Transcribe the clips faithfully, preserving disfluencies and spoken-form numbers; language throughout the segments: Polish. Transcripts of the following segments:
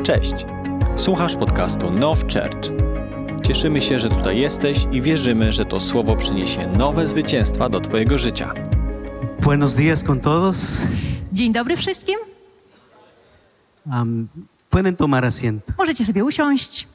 Cześć! Słuchasz podcastu Now Church. Cieszymy się, że tutaj jesteś i wierzymy, że to słowo przyniesie nowe zwycięstwa do Twojego życia. Buenos días con todos. Dzień dobry wszystkim. Um, pueden tomar asiento. Możecie sobie usiąść.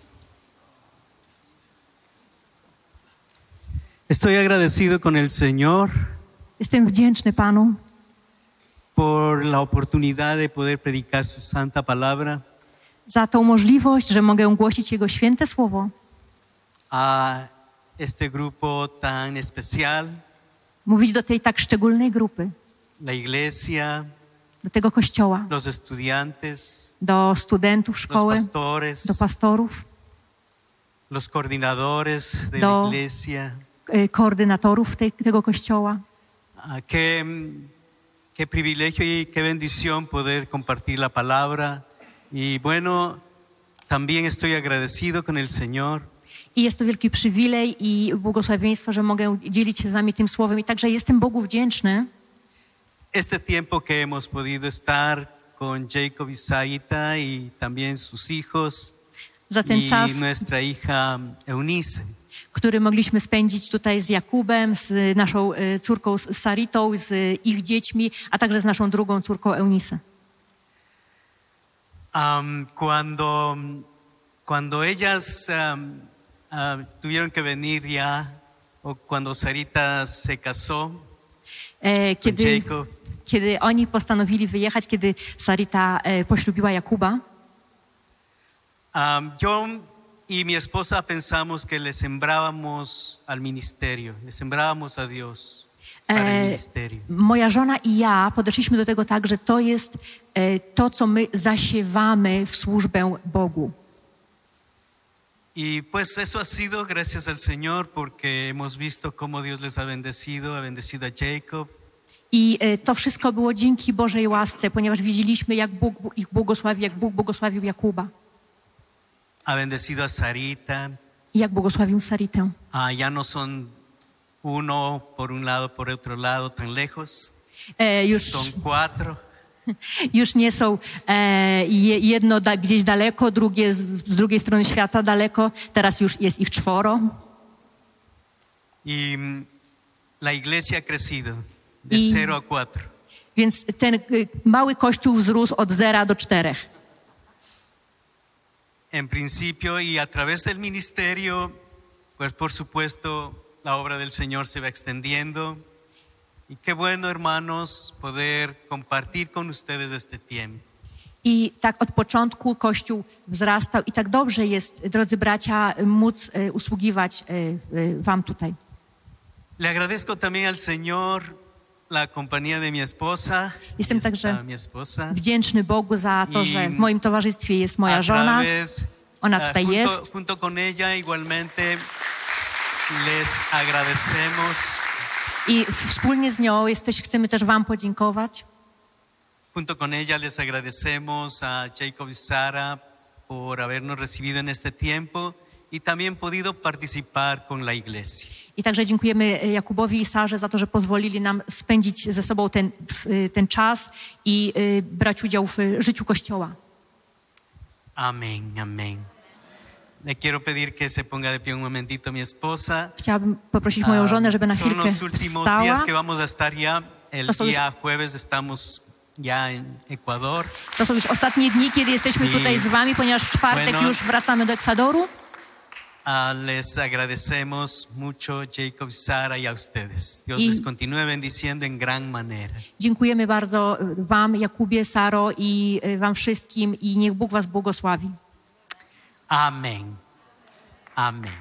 Estoy agradecido con el Señor Jestem wdzięczny Panu por la oportunidad de poder predicar su santa palabra za tą możliwość, że mogę głosić Jego święte słowo. a este grupo tan especial, Mówić do tej tak szczególnej grupy, la iglesia, do tego kościoła, los estudiantes, do studentów los szkoły, pastores, do pastorów, los coordinadores de Do- la iglesia. y, koordynatorów tej, tego kościoła. Ah, qué, qué privilegio y qué bendición poder compartir la palabra. Y bueno, también estoy agradecido con el Señor I jest to wielki przywilej i błogosławieństwo, że mogę dzielić się z wami tym słowem. I także jestem Bogu wdzięczny este tiempo que hemos podido estar con Jacob y Saita y también sus hijos za ten y czas, nuestra hija Eunice. który mogliśmy spędzić tutaj z Jakubem, z naszą y, córką z Saritą, z ich dziećmi, a także z naszą drugą córką Eunice. Um, cuando, cuando ellas um, uh, tuvieron que venir ya, o cuando Sarita se casó E, con kiedy, Jacob, kiedy oni postanowili wyjechać, kiedy Sarita e, poślubiła Jakuba, um, yo y mi esposa pensamos que le sembrábamos al ministerio, le sembrábamos a Dios para el e, ministerio. moja żona i ja podeszliśmy do tego tak, że to jest e, to, co my zasiewamy w służbę Bogu. Y pues eso ha sido gracias al Señor porque hemos visto cómo Dios les ha bendecido, ha bendecido a Jacob, I e, to wszystko było dzięki Bożej łasce, ponieważ widzieliśmy, jak Bóg ich błogosławił, jak Bóg błogosławił Jakuba ha bendecido a Sarita. i jak błogosławił Saritę. Ah, ya no son uno por un lado, por otro lado, tan lejos. E, już, Son cuatro. już nie są e, je- jedno da, gdzieś daleko, drugie z, z drugiej strony świata daleko, teraz już jest ich czworo. Y mm, la iglesia ha crecido de Y- cero a cuatro. Więc ten y, mały kościół wzrósł od zera do czterech. En principio y a través del ministerio, pues por supuesto la obra del Señor se va extendiendo. Y qué bueno, hermanos, poder compartir con ustedes este tiempo. I tak od początku Kościół wzrastał i tak dobrze jest, drodzy bracia, móc y, usługiwać y, y, wam tutaj. Le agradezco también al Señor la compañía de mi esposa. Jestem Está także mi esposa. Wdzięczny Bogu za to, I że w moim towarzystwie jest moja A żona. través, Ona ah, tutaj junto, jest. junto con ella igualmente les agradecemos. I wspólnie z nią jesteś, chcemy też wam podziękować. Junto con ella les agradecemos a Jacob y Sara por habernos recibido en este tiempo y también podido participar con la iglesia. I także dziękujemy Jakubowi i Sarze za to, że pozwolili nam spędzić ze sobą ten, w- ten czas i y, brać udział w życiu Kościoła. Amén, amén. Le quiero pedir que se ponga de pie un momentito mi esposa. Chciałabym poprosić moją żonę, żeby na Son chwilkę los últimos días wstała. que vamos a estar ya. El To są już- día jueves estamos ya en Ecuador. To są już ostatnie dni, kiedy jesteśmy I- tutaj z wami, ponieważ w czwartek Bueno. już wracamy do Ekwadoru. Ah, les agradecemos mucho, Jacob y Sara, y a ustedes. Dios Y- les continúe bendiciendo en gran manera. Dziękujemy bardzo wam, Jakubie, Saro i y, wam wszystkim i niech Bóg was błogosławi. Amén. Amén.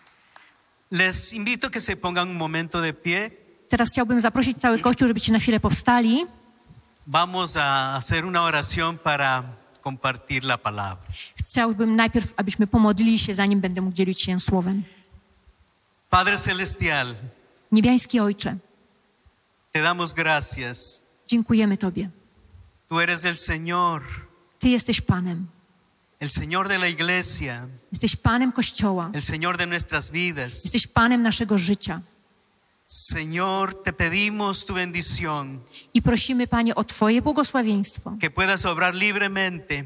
Les invito a que se pongan un momento de pie. Teraz chciałbym zaprosić cały Kościół, żebyście na chwilę powstali. Vamos a hacer una oración para compartir la palabra. Chciałbym najpierw, abyśmy pomodlili się, zanim będę mógł dzielić się słowem. Padre Celestial, Niebiański Ojcze, te damos gracias. dziękujemy Tobie. Tú eres el Señor, Ty jesteś Panem. el Señor de la iglesia, Jesteś Panem Kościoła. el Señor de nuestras vidas. Jesteś Panem naszego życia. Señor, te pedimos tu bendición, I prosimy, Panie, o Twoje błogosławieństwo, que puedas obrar libremente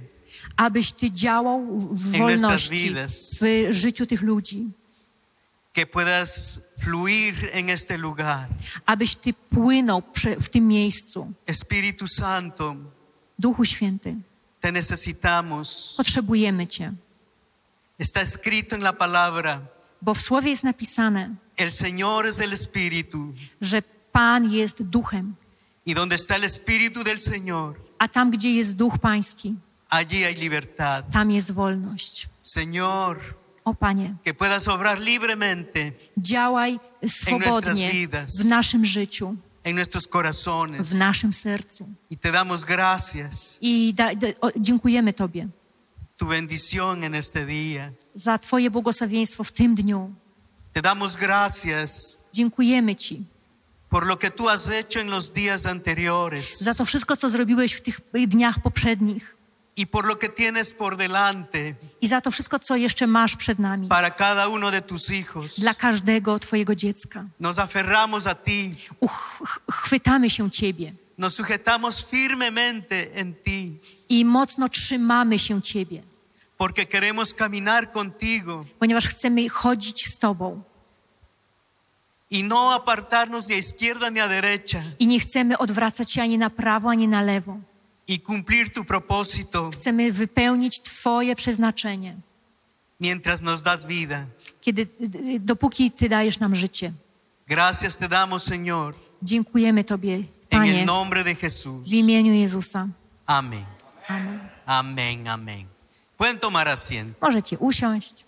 abyś Ty działał w nuestras wolności vidas. w życiu tych ludzi, Que puedas fluir en este lugar. abyś Ty płynął przy, w tym miejscu. Espíritu Santo, Duchu Święty, te necesitamos. potrzebujemy Cię, Está escrito en la palabra, bo w Słowie jest napisane, el Señor es el Espíritu, że Pan jest Duchem, y donde está el Espíritu del Señor, a tam, gdzie jest Duch Pański, allí hay libertad. tam jest wolność. Señor, O Panie, que puedas obrar libremente działaj swobodnie vidas. w naszym życiu, en nuestros corazones. w naszym sercu. Y te damos gracias, I da, da, o, dziękujemy Tobie tu bendición en este día. za Twoje błogosławieństwo w tym dniu. Te damos gracias Dziękujemy Ci por lo que tú has hecho en los días anteriores za to wszystko, co zrobiłeś w tych dniach poprzednich y por lo que tienes por delante i za to wszystko, co jeszcze masz przed nami para cada uno de tus hijos. dla każdego Twojego dziecka. Nos aferramos a ti, Uch, ch- chwytamy się Ciebie nos sujetamos firmemente en ti, i mocno trzymamy się Ciebie, porque queremos caminar contigo ponieważ chcemy chodzić z Tobą y no apartarnos ni a izquierda ni a derecha i nie chcemy odwracać się ani na prawo, ani na lewo. y cumplir tu propósito Chcemy wypełnić Twoje przeznaczenie, mientras nos das vida. kiedy, d- dopóki Ty dajesz nam życie. Gracias te damos, Señor, Dziękujemy Tobie, en Panie, el nombre de Jesús. w imieniu Jezusa. Amén. Amen. Amén, amén. Pueden tomar asiento. Możecie usiąść.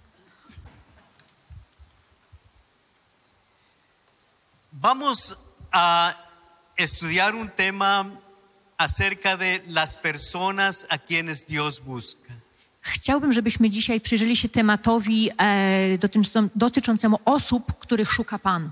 Vamos a estudiar un tema acerca de las personas a quienes Dios busca. Chciałbym, żebyśmy dzisiaj przyjrzeli się tematowi e, dotyczącemu, dotyczącemu osób, których szuka Pan.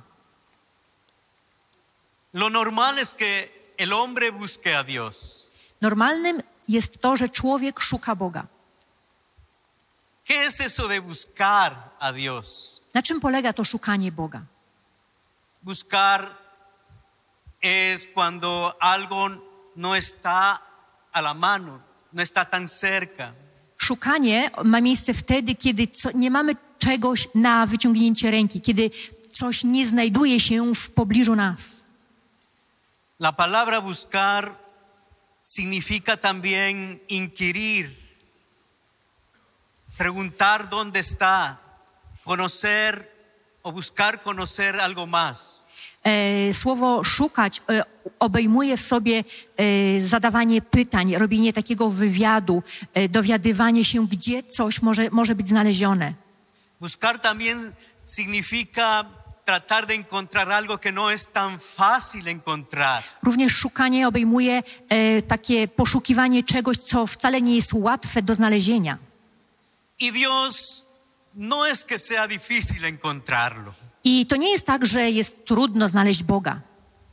Lo normal es que el hombre busque a Dios. Normalnym jest to, że człowiek szuka Boga. ¿Qué es eso de buscar a Dios? Na czym polega to szukanie Boga? Buscar es cuando algo no está a la mano, no está tan cerca. Szukanie ma miejsce wtedy, kiedy co, nie mamy czegoś na wyciągnięcie ręki, kiedy coś nie znajduje się w pobliżu nas. La palabra buscar significa también inquirir, preguntar dónde está, conocer o buscar conocer algo más. E, słowo szukać e, obejmuje w sobie e, zadawanie pytań, robienie takiego wywiadu, e, dowiadywanie się, gdzie coś może, może być znalezione. Buscar también significa tratar de encontrar algo que no es tan fácil encontrar. Również szukanie obejmuje e, takie poszukiwanie czegoś, co wcale nie jest łatwe do znalezienia. Y Dios no es que sea difícil encontrarlo, I to nie jest tak, że jest trudno znaleźć Boga,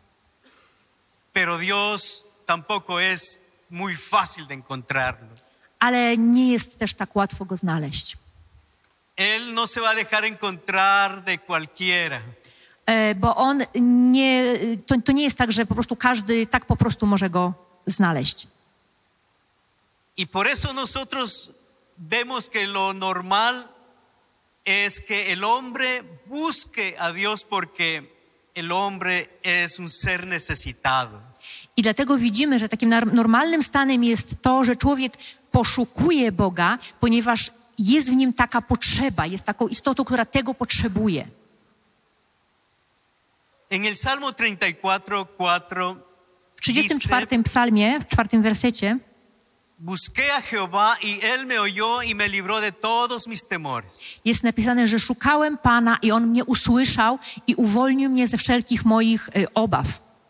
pero Dios tampoco es muy fácil de encontrarlo. ale nie jest też tak łatwo go znaleźć. Él no se va a dejar encontrar de cualquiera. E, bo on nie, to, to nie jest tak, że po prostu każdy tak po prostu może go znaleźć. Y por eso nosotros vemos que lo normal es que el hombre busque a Dios porque el hombre es un ser necesitado. I dlatego widzimy, że takim nar- normalnym stanem jest to, że człowiek poszukuje Boga, ponieważ jest w nim taka potrzeba, jest taką istotą, która tego potrzebuje. En el Salmo treinta y cuatro, cuatro W trzydziestym dice: czwartym psalmie, w czwartym wersecie, Busqué a Jehová y él me oyó y me libró de todos mis temores. jest napisane, że szukałem Pana i On mnie usłyszał i uwolnił mnie ze wszelkich moich y, obaw.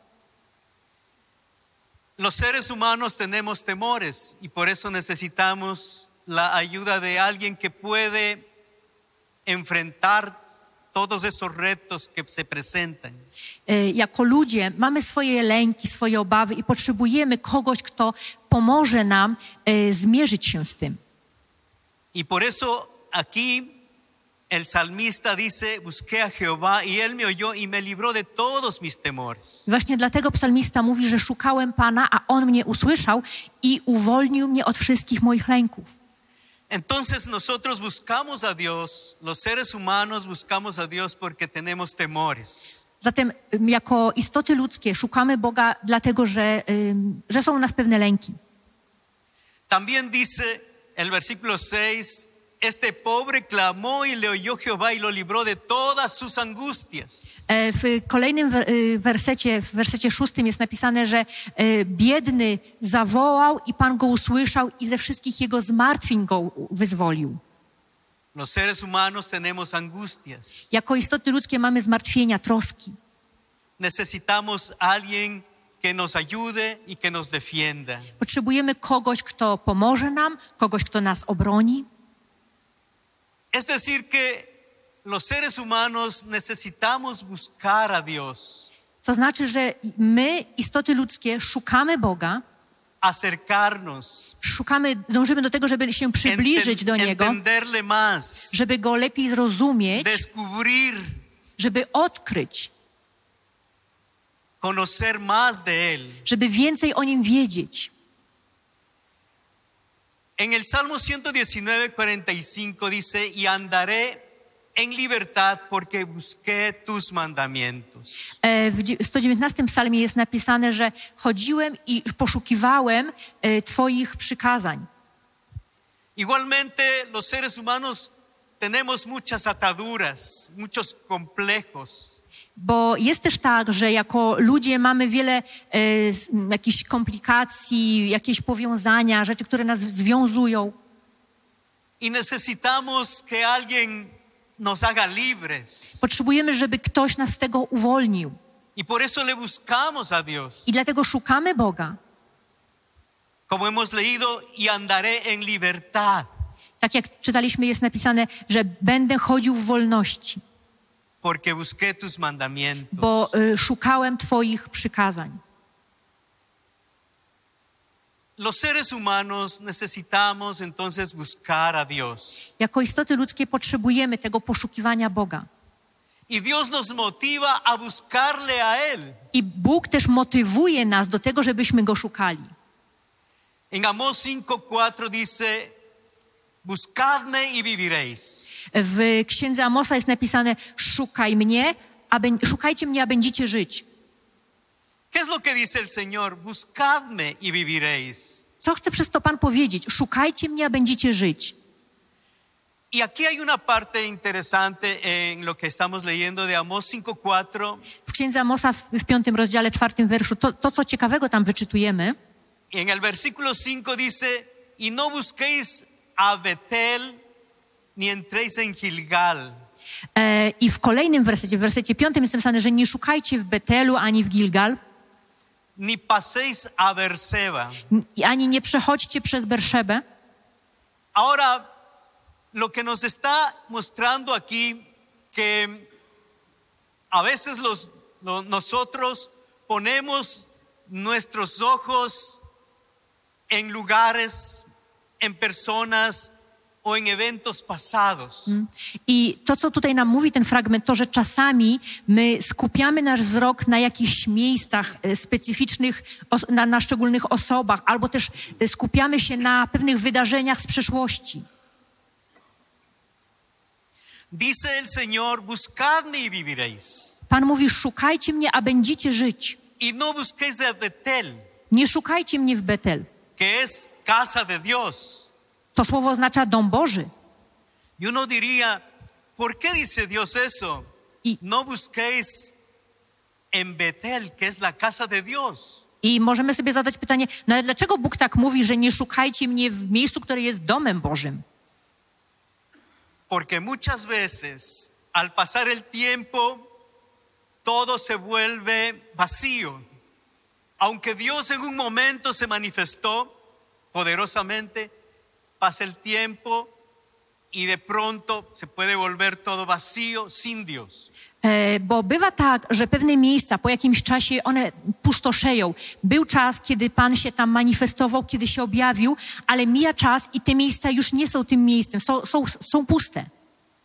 Los seres humanos tenemos temores y por eso necesitamos la ayuda de alguien que puede enfrentar todos esos retos que se presentan. Y, Jako ludzie mamy swoje lęki, swoje obawy i potrzebujemy kogoś, kto pomoże nam y, zmierzyć się z tym. Y por eso aquí el salmista dice, busqué a Jehová y él me oyó y me libró de todos mis temores. Właśnie dlatego psalmista mówi, że szukałem Pana, a On mnie usłyszał i uwolnił mnie od wszystkich moich lęków. Entonces nosotros buscamos a Dios, los seres humanos buscamos a Dios porque tenemos temores. Zatem ym, jako istoty ludzkie szukamy Boga dlatego, że, ym, że są u nas pewne lęki. También dice el versículo seis, este pobre clamó y le oyó Jehová y lo libró de todas sus angustias. E, W kolejnym wer- y, wersecie, w wersecie szóstym jest napisane, że e, biedny zawołał i Pan go usłyszał i ze wszystkich jego zmartwień go wyzwolił. Los seres humanos tenemos angustias. Jako istoty ludzkie mamy zmartwienia, troski. Necesitamos a alguien que nos ayude y que nos defienda. Potrzebujemy kogoś, kto pomoże nam, kogoś, kto nas obroni. Es decir que los seres humanos necesitamos buscar a Dios, To znaczy, że my, istoty ludzkie, szukamy Boga, acercarnos, szukamy, dążymy do tego, żeby się przybliżyć do enten- Niego, entenderle más, żeby Go lepiej zrozumieć, descubrir, żeby odkryć, conocer más de Él. żeby więcej o Nim wiedzieć. En el Salmo ciento diecinueve, cuarenta y cinco dice, y andaré en libertad porque busqué tus mandamientos. E, W dzie- sto dziewiętnastym psalmie jest napisane, że chodziłem i poszukiwałem e, Twoich przykazań. Igualmente los seres humanos tenemos muchas ataduras, muchos complejos. Bo jest też tak, że jako ludzie mamy wiele e, z, m, jakichś komplikacji, jakieś powiązania, rzeczy, które nas związują. Y necesitamos que alguien nos haga libres. Potrzebujemy, żeby ktoś nas z tego uwolnił. Y por eso le buscamos a Dios. I dlatego szukamy Boga. Como hemos leído, y andaré en libertad, Tak jak czytaliśmy, jest napisane, że będę chodził w wolności, porque busqué tus mandamientos. bo y, szukałem Twoich przykazań. Los seres humanos necesitamos entonces buscar a Dios. Jako istoty ludzkie potrzebujemy tego poszukiwania Boga. Y Dios nos motiva a buscarle a Él. I Bóg też motywuje nas do tego, żebyśmy Go szukali. En Amós cinco cuatro dice, buscadme y viviréis. W księdze Amosa jest napisane: szukaj mnie, a bę- szukajcie mnie, a będziecie żyć. ¿Qué es lo que dice el Señor? Buscadme y viviréis. Co chce przez to Pan powiedzieć? Szukajcie mnie, a będziecie żyć. Y aquí hay una parte interesante en lo que estamos leyendo de Amós cinco cuatro. W księdze Amosa w, w piątym rozdziale, czwartym wierszu, to, to co ciekawego tam wyczytujemy, En el versículo cinco dice, y no busquéis a Betel ni entréis en Gilgal. e, i w kolejnym wersecie, w wersecie piątym jest napisane, że nie szukajcie w Betelu ani w Gilgal, ni paséis a Berseba. n- ani nie przechodźcie przez Berszebę. Ahora, lo que nos está mostrando aquí, que a veces los, lo- nosotros ponemos nuestros ojos en lugares, en personas o en eventos pasados. I to, co tutaj nam mówi ten fragment, to, że czasami my skupiamy nasz wzrok na jakichś miejscach e, specyficznych, os- na, na szczególnych osobach, albo też e, skupiamy się na pewnych wydarzeniach z przeszłości. Dice el Señor, buscadme y viviréis. Pan mówi: szukajcie mnie, a będziecie żyć. Y no busquéis a Betel, Nie szukajcie mnie w Betel. que es casa de Dios. To słowo oznacza dom Boży. Y uno diría, ¿por qué dice Dios eso? Y- No busquéis en Betel, que es la casa de Dios. I możemy sobie zadać pytanie, no ale dlaczego Bóg tak mówi, że nie szukajcie mnie w miejscu, które jest domem Bożym? Porque muchas veces, al pasar el tiempo, todo se vuelve vacío. Aunque Dios en un momento se manifestó poderosamente, pasa el tiempo y de pronto se puede volver todo vacío sin Dios. E, bo bywa tak, że pewne miejsca po jakimś czasie one pustoszeją. Był czas, kiedy Pan się tam manifestował, kiedy się objawił, ale mija czas i te miejsca już nie są tym miejscem, są, są, są puste.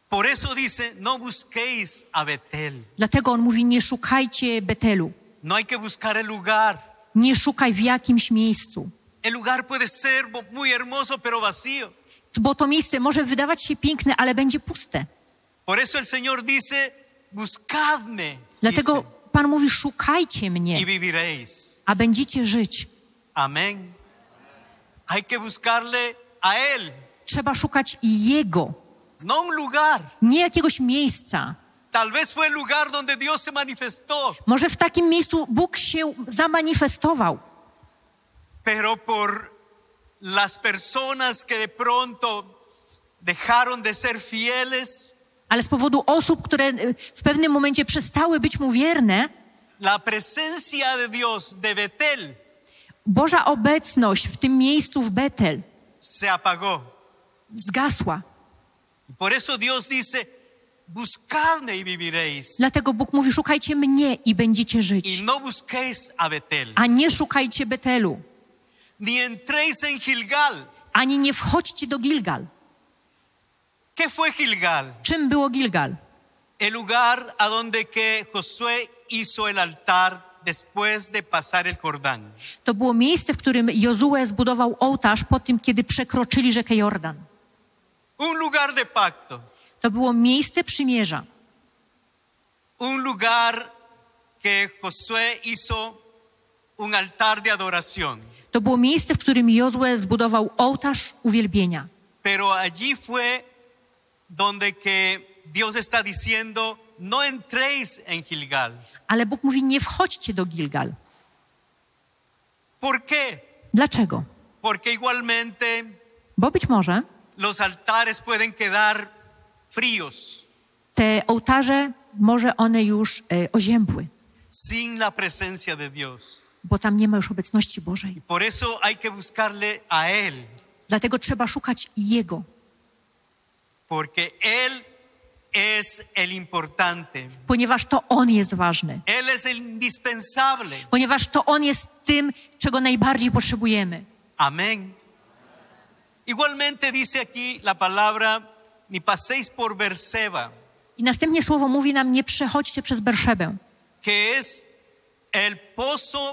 Por eso dice, no busquéis a Betel. Dlatego on mówi, nie szukajcie Betelu. No hay que buscar el lugar. Nie szukaj w jakimś miejscu. El lugar puede ser muy hermoso, pero vacío. Bo to miejsce może wydawać się piękne, ale będzie puste. Por eso el Señor dice, buscadme. Dlatego dice, Pan mówi, szukajcie y mnie, viviréis. a będziecie żyć. Amén. Hay que buscarle a Él, Trzeba szukać Jego, no un lugar. nie jakiegoś miejsca. Tal vez fue el lugar donde Dios se manifestó, Może w takim miejscu Bóg się zamanifestował, pero por las personas que de pronto dejaron de ser fieles, ale z powodu osób, które y, w pewnym momencie przestały być Mu wierne, la presencia de Dios de Betel Boża obecność w tym miejscu w Betel se apagó. zgasła. Y por eso Dios dice, buscadme y viviréis. Dlatego Bóg mówi, szukajcie mnie i będziecie żyć, Y no busquéis a Betel, a nie szukajcie Betelu, ni entréis en Gilgal. ani nie wchodźcie do Gilgal. ¿Qué fue Gilgal? Czym było Gilgal? El lugar a donde que Josué hizo el altar después de pasar el Jordán. To było miejsce, w którym Jozue zbudował ołtarz po tym, kiedy przekroczyli rzekę Jordan. Un lugar de pacto, To było miejsce przymierza. un lugar que Josué hizo un altar de adoración. To było miejsce, w którym Jozue zbudował ołtarz uwielbienia. Pero allí fue donde que Dios está diciendo, no entréis en Gilgal. Ale Bóg mówi, nie wchodźcie do Gilgal. ¿Por qué? Dlaczego? Porque igualmente Bo być może los altares pueden quedar fríos, te ołtarze, może one już e, oziębły, sin la presencia de Dios. bo tam nie ma już obecności Bożej. Por eso hay que buscarle a Él, Dlatego trzeba szukać Jego, porque Él es el importante. ponieważ to On jest ważny. Él es el indispensable. Ponieważ to On jest tym, czego najbardziej potrzebujemy. Amén. Igualmente dice aquí la palabra, ni paséis por Berseba, I następnie słowo mówi nam, nie przechodźcie przez Berszebę. que es el pozo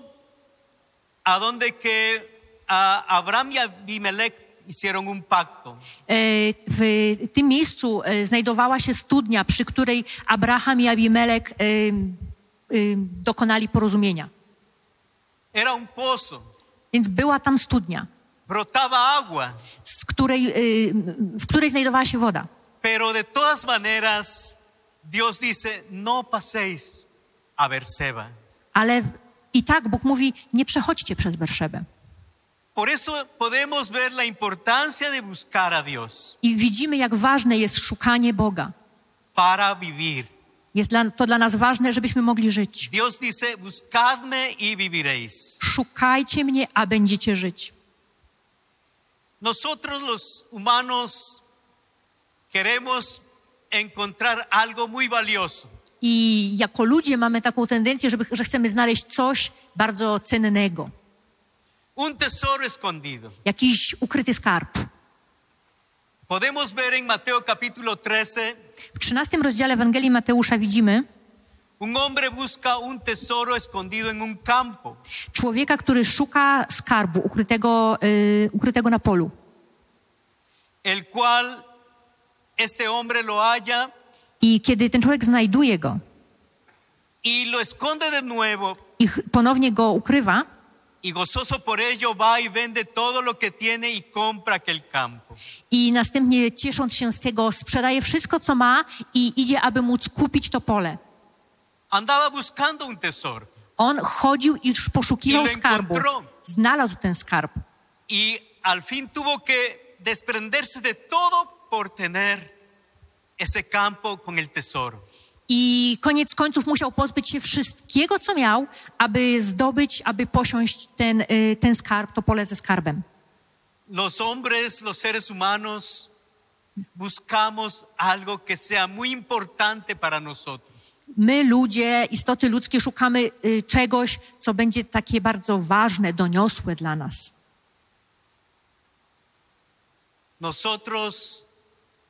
a donde que a Abraham y Abimelech hicieron un pacto. E, W tym miejscu e, znajdowała się studnia, przy której Abraham i Abimelek e, e, dokonali porozumienia. Era un pozo, Więc była tam studnia, brotaba agua, z której, e, w której znajdowała się woda. pero de todas maneras Dios dice, no paséis a Berseba. Ale i tak Bóg mówi, nie przechodźcie przez Berszebę. Por eso podemos ver la importancia de buscar a Dios I widzimy, jak ważne jest szukanie Boga. para vivir. Jest dla, to dla nas ważne, żebyśmy mogli żyć. Dios dice, buscadme y viviréis. Szukajcie mnie, a będziecie żyć. Nosotros los humanos queremos encontrar algo muy valioso. I jako ludzie mamy taką tendencję, żeby, że chcemy znaleźć coś bardzo cennego. Un tesoro escondido. Jakiś ukryty skarb. Podemos ver en Mateo capítulo trece, W trzynastym rozdziale Ewangelii Mateusza widzimy un hombre busca un tesoro escondido en un campo. człowieka, który szuka skarbu ukrytego, y, ukrytego na polu. El cual este hombre lo halla I kiedy ten człowiek znajduje go y lo esconde de nuevo i ch- ponownie go ukrywa, y gozoso por ello va y vende todo lo que tiene y compra aquel campo. i następnie ciesząc się z tego sprzedaje wszystko, co ma i idzie, aby móc kupić to pole. Andaba buscando un tesoro On chodził i już poszukiwał I lo skarbu. encontró. Znalazł ten skarb. y al fin tuvo que desprenderse de todo por tener ese campo con el tesoro. I koniec końców musiał pozbyć się wszystkiego, co miał, aby zdobyć, aby posiąść ten, y, ten skarb, to pole ze skarbem. Los hombres, los seres humanos, buscamos algo que sea muy importante para nosotros. My, ludzie, istoty ludzkie, szukamy y, czegoś, co będzie takie bardzo ważne, doniosłe dla nas. Nosotros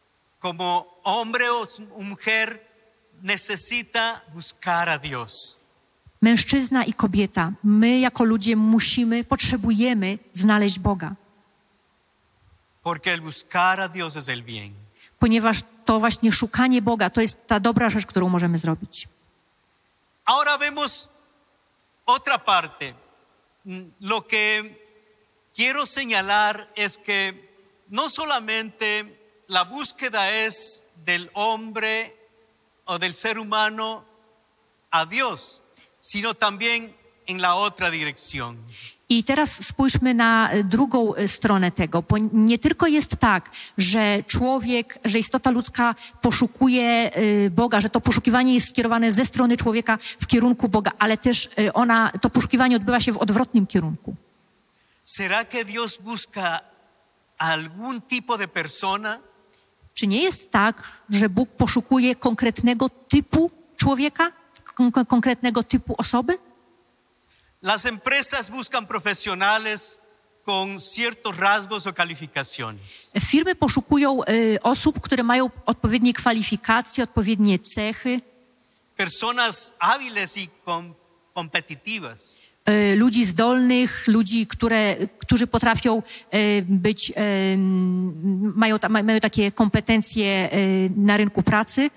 como hombre o mujer necesita buscar a Dios. Mężczyzna i kobieta, my jako ludzie musimy, potrzebujemy znaleźć Boga. Porque el buscar a Dios es el bien. Ponieważ to właśnie szukanie Boga to jest ta dobra rzecz, którą możemy zrobić. Ahora vemos otra parte. Lo que quiero señalar es que no solamente la búsqueda es del hombre o del ser humano a Dios, sino también en la otra dirección. I teraz spójrzmy na drugą stronę tego, bo nie tylko jest tak, że człowiek, że istota ludzka poszukuje Boga, że to poszukiwanie jest skierowane ze strony człowieka w kierunku Boga, ale też ona, to poszukiwanie odbywa się w odwrotnym kierunku. ¿Será que Dios busca algún tipo de persona? Czy nie jest tak, że Bóg poszukuje konkretnego typu człowieka, kon- konkretnego typu osoby? Las empresas buscan profesionales con ciertos rasgos o calificaciones. Firmy poszukują y, osób, które mają odpowiednie kwalifikacje, odpowiednie cechy, Personas hábiles y com- competitivas. y, ludzi zdolnych, ludzi, które, którzy potrafią y, być, y, mają, ta, mają takie kompetencje y, na rynku pracy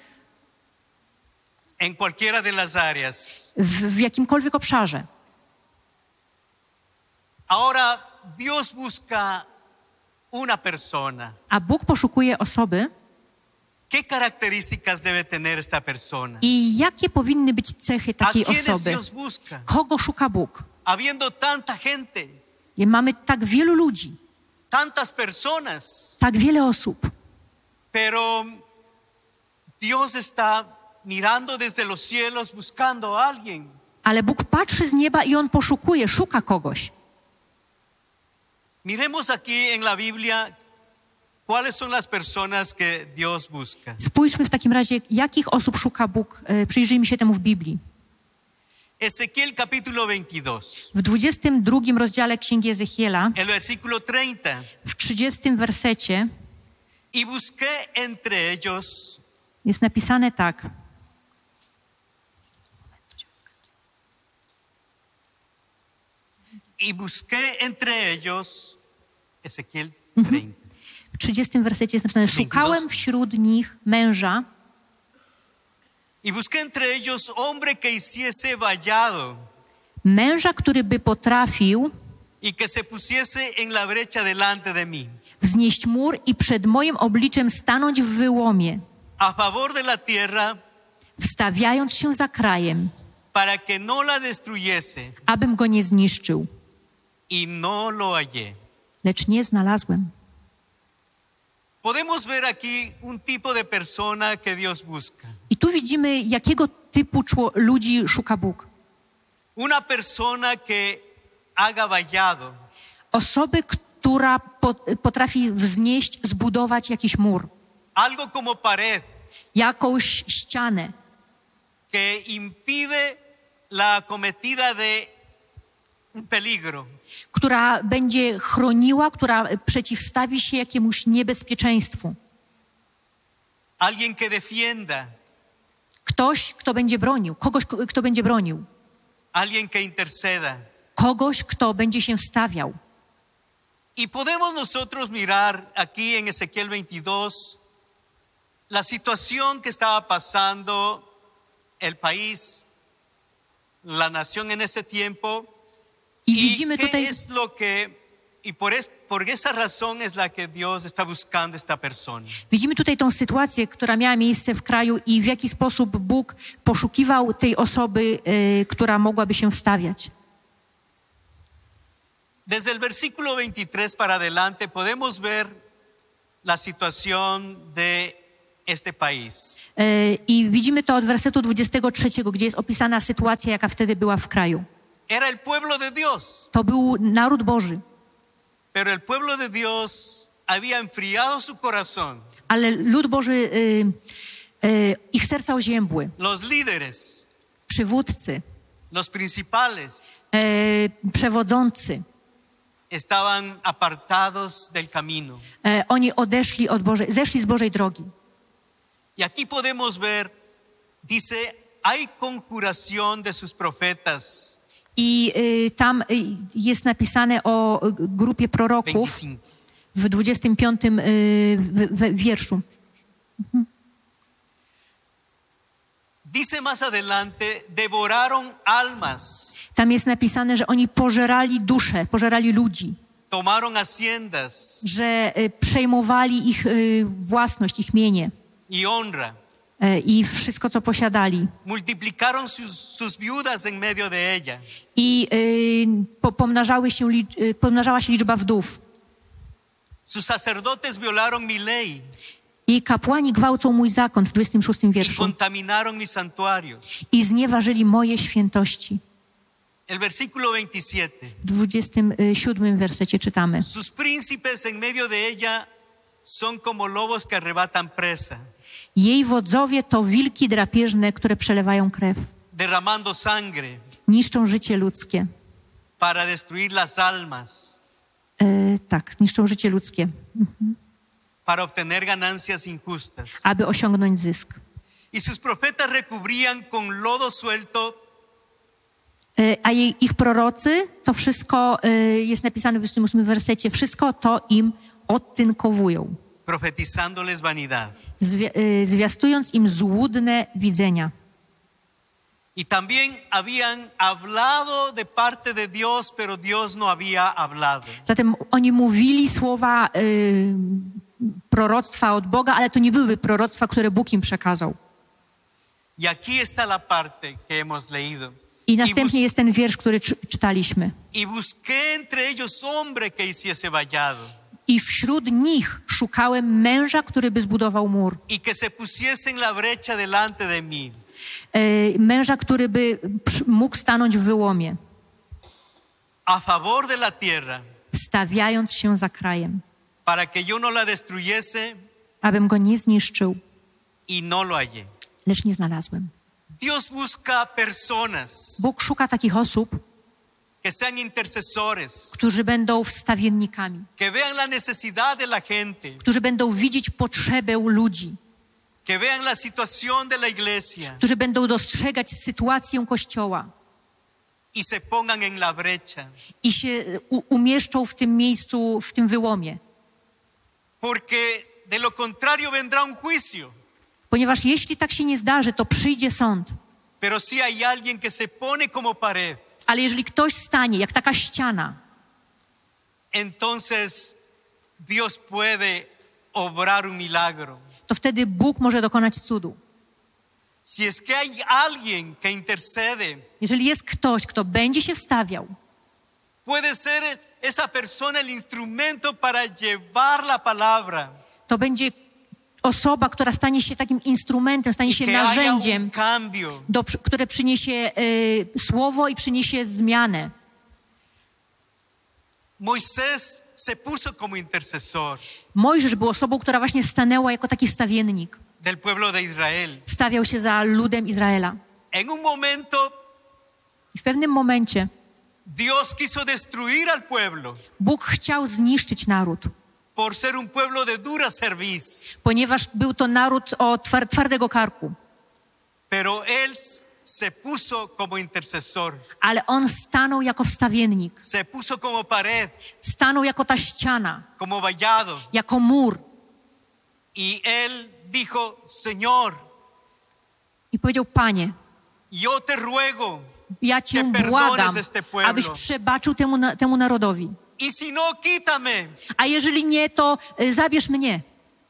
En cualquiera de las áreas. w, w jakimkolwiek obszarze. Ahora Dios busca una persona. A Bóg poszukuje osoby ¿Qué características debe tener esta persona? i jakie powinny być cechy ¿A takiej quiénes osoby? Dios busca? Kogo szuka Bóg? Habiendo tanta gente, I mamy tak wielu ludzi, tantas personas, tak wiele osób, pero Dios está mirando desde los cielos buscando a alguien. ale Bóg patrzy z nieba i On poszukuje, szuka kogoś. Miremos aquí en la Biblia cuáles son las personas que Dios busca. Spójrzmy w takim razie, jakich osób szuka Bóg. E, Przyjrzyjmy się temu w Biblii. Ezequiel capítulo veintidós, W dwudziestym drugim rozdziale Księgi Ezechiela, el versículo treinta. w trzydziestym wersecie Y busqué entre ellos jest napisane tak. y busqué entre ellos Ezequiel treinta. W trzydziestym wersecie jest napisane: szukałem wśród nich męża, Y busqué entre ellos hombre que hiciese vallado męża, który by potrafił y que se pusiese en la brecha delante de mí, wznieść mur i przed moim obliczem stanąć w wyłomie, a favor de la tierra, wstawiając się za krajem, para que no la destruyese, abym go nie zniszczył. y no lo hallé. Lecz nie znalazłem. Podemos ver aquí un tipo de persona que Dios busca. I tu widzimy, jakiego typu czło- ludzi szuka Bóg. Una persona que haga vallado, Osoby, która po, potrafi wznieść, zbudować jakiś mur, algo como pared jakąś ścianę, que impide la acometida de un peligro. która będzie chroniła, która przeciwstawi się jakiemuś niebezpieczeństwu. Alguien que defienda, Ktoś, kto będzie bronił, kogoś, k- kto będzie bronił, alguien que interceda. kogoś, kto będzie się wstawiał. Y podemos nosotros mirar aquí en Ezequiel veintidós la situación que estaba pasando el país, la nación en ese tiempo. I Y widzimy qué tutaj, es lo que, y por, es, por esa razón es la que Dios está buscando esta persona. widzimy tutaj tą sytuację, która miała miejsce w kraju i w jaki sposób Bóg poszukiwał tej osoby, y, która mogłaby się wstawiać. Desde el versículo veintitrés para adelante podemos ver la situación de este país. Y, I widzimy to od wersetu dwudziestego trzeciego, gdzie jest opisana sytuacja, jaka wtedy była w kraju. Era el pueblo de Dios, To był naród Boży, pero el pueblo de Dios había enfriado su corazón. ale lud Boży, y, y, ich serca oziębły, Los líderes, przywódcy, los principales, y, przewodzący, estaban apartados del camino. y, oni odeszli od Bożej, zeszli z Bożej drogi. Y aquí podemos ver, dice, hay conjuración de sus profetas. I y, tam y, jest napisane o y, grupie proroków veinticinco. w dwudziestym piątym y, w, w, wierszu. Dice más adelante, devoraron almas, Tam jest napisane, że oni pożerali dusze, pożerali ludzi, tomaron haciendas że y, przejmowali ich y, własność, ich mienie y honra. y, i wszystko, co posiadali. Multiplicaron sus, sus viudas en medio de ella. I y, po, pomnażały się, li- y, pomnażała się liczba wdów. Sus sacerdotes violaron mi ley I kapłani gwałcą mój zakon w dwudziestym szóstym y wierszu contaminaron mis santuarios. i znieważyli moje świętości. El versículo veintisiete. W dwudziestym siódmym wersecie czytamy. Sus príncipes en medio de ella son como lobos que arrebatan presa, Jej wodzowie to wilki drapieżne, które przelewają krew, derramando sangre niszczą życie ludzkie. para destruir las almas, E, tak, niszczą życie ludzkie, para obtener ganancias injustas. aby osiągnąć zysk. Y sus profetas recubrían con lodo suelto E, a jej, ich prorocy, to wszystko e, jest napisane w dwudziestym ósmym wersecie, wszystko to im odtynkowują, profetizándoles vanidad. zwi- e, zwiastując im złudne widzenia. Y también habían hablado de parte de Dios, pero Dios no había hablado. Zatem oni mówili słowa e, proroctwa od Boga, ale to nie były proroctwa, które Bóg im przekazał. Y aquí está la parte que hemos leído. I Y, następnie bus- jest ten wiersz, który czy- czytaliśmy. y busqué entre ellos hombre que hiciese vallado I wśród nich szukałem męża, który by zbudował mur. y que se pusiese en la brecha delante de mí. E, męża, który by przy- mógł stanąć w wyłomie, A favor de la tierra, wstawiając się za krajem, para que yo no la destruyese abym go nie zniszczył, y no lo hallé. lecz nie znalazłem. Dios busca personas Bóg szuka takich osób, que sean intercesores, którzy będą wstawiennikami, que vean la necesidad de la gente, którzy będą widzieć potrzebę ludzi, que vean la situación de la iglesia którzy będą dostrzegać sytuację Kościoła y se pongan en la brecha. i się u- umieszczą w tym miejscu, w tym wyłomie. Porque de lo contrario vendrá un juicio. Ponieważ jeśli tak się nie zdarzy, to przyjdzie sąd. Pero si hay alguien que se pone como pared, Ale jeżeli ktoś stanie jak taka ściana, entonces Dios puede obrar un milagro. to wtedy Bóg może dokonać cudu. Si es que hay alguien que intercede, Jeżeli jest ktoś, kto będzie się wstawiał, puede ser esa persona el instrumento para llevar la palabra to będzie osoba, która stanie się takim instrumentem, stanie y się que haya un narzędziem, cambio. do, które przyniesie y, słowo i przyniesie zmianę. Moisés se puso como intercesor Mojżesz był osobą, która właśnie stanęła jako taki wstawiennik. del pueblo de Israel. Wstawiał się za ludem Izraela. En un momento I w pewnym momencie Dios quiso destruir al pueblo Bóg chciał zniszczyć naród, por ser un pueblo de dura cerviz. ponieważ był to naród o twar- twardego karku. Pero él se puso como intercesor, Ale on stanął jako wstawiennik, se puso como pared, stanął jako ta ściana, como vallado. jako mur Y él dijo, Señor, i powiedział: Panie, yo te ruego, ja Cię que perdones błagam, este pueblo. abyś przebaczył temu, na- temu narodowi. y si no, quítame. A jeżeli nie, to y, zabierz mnie.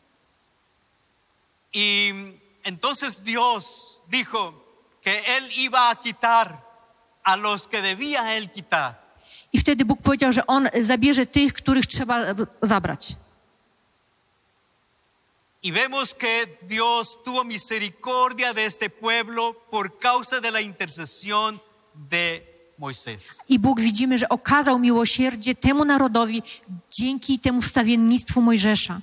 Y entonces Dios dijo que él iba a quitar a los que debía él quitar. I wtedy Bóg powiedział, że On zabierze tych, których trzeba e, zabrać. Y vemos que Dios tuvo misericordia de este pueblo por causa de la intercesión de Moisés. I Bóg, widzimy, że okazał miłosierdzie temu narodowi dzięki temu wstawiennictwu Mojżesza.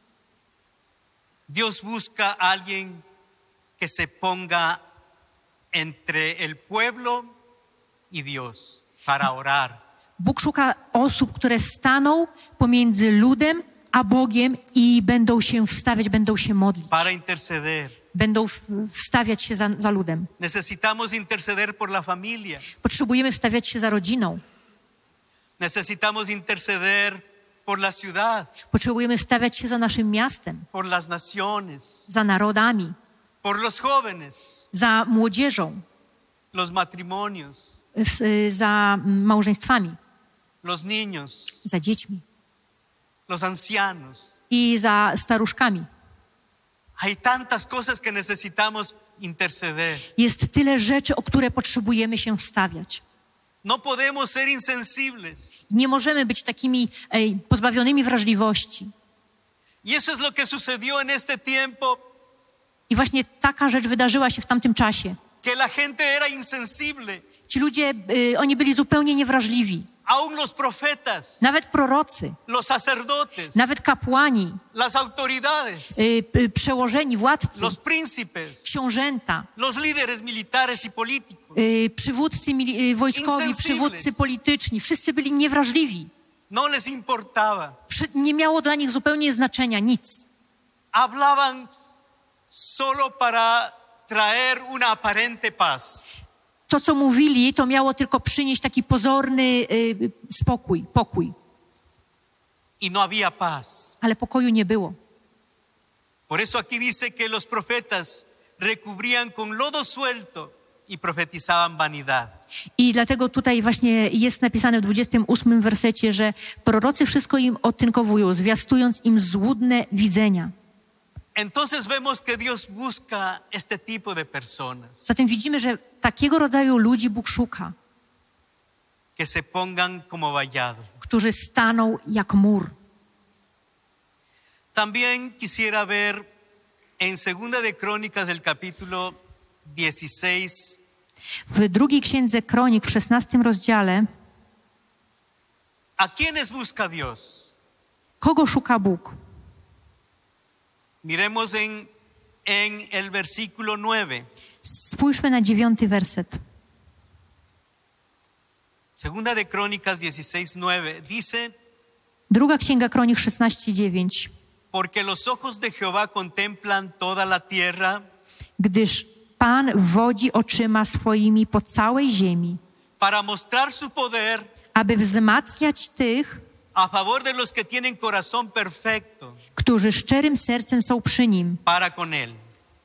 Dios busca a alguien que se ponga entre el pueblo y Dios para orar. Bóg szuka osób, które staną pomiędzy ludem a Bogiem i będą się wstawiać, będą się modlić. para interceder. Będą w, wstawiać się za, za ludem. Necesitamos interceder por la familia. Potrzebujemy wstawiać się za rodziną. Necesitamos interceder por la ciudad, Potrzebujemy wstawiać się za naszym miastem, por las naciones, za narodami, por los jóvenes, za młodzieżą, los matrimonios, w- za małżeństwami, los niños, za dziećmi los ancianos. i za staruszkami. Hay tantas cosas que necesitamos interceder. Jest tyle rzeczy, o które potrzebujemy się wstawiać. No podemos ser insensibles. Nie możemy być takimi ej, pozbawionymi wrażliwości. Y eso es lo que sucedió en este tiempo, I właśnie taka rzecz wydarzyła się w tamtym czasie. que la gente era insensible. Ci ludzie, y, oni byli zupełnie niewrażliwi. Aún los profetas, Nawet prorocy, los sacerdotes, nawet kapłani, las autoridades, y, y, przełożeni, władcy, los príncipes, książęta, los líderes militares y políticos. y, przywódcy mili- y, wojskowi, Insensibles. przywódcy polityczni. Wszyscy byli niewrażliwi. No les importaba. Wszy- Nie miało dla nich zupełnie znaczenia, nic. Hablaban solo para traer una aparente paz. To, co mówili, to miało tylko przynieść taki pozorny y, spokój, pokój. Y no había paz. Ale pokoju nie było. Por eso aquí dice que los profetas recubrían con lodo suelto y profetizaban vanidad. I dlatego tutaj właśnie jest napisane w dwudziestym ósmym wersecie, że prorocy wszystko im otynkowują, zwiastując im złudne widzenia. Entonces vemos que Dios busca este tipo de personas Zatem widzimy, że takiego rodzaju ludzi Bóg szuka, que se pongan como vallado. którzy staną jak mur. También quisiera ver en Segunda de Crónicas del capítulo dieciséis, W drugiej księdze Kronik w szesnastym rozdziale, ¿a quiénes busca Dios? kogo szuka Bóg? Miremos en, en el versículo nueve. Spójrzmy na dziewiąty werset. Segunda de Crónicas dieciséis, nueve. Dice, Druga księga Kronik szesnaście dziewięć. porque los ojos de Jehová contemplan toda la tierra Gdyż Pan wodzi oczyma swoimi po całej ziemi, para mostrar su poder aby wzmacniać tych, a favor de los que tienen corazón perfecto którzy szczerym sercem są przy Nim. para con él.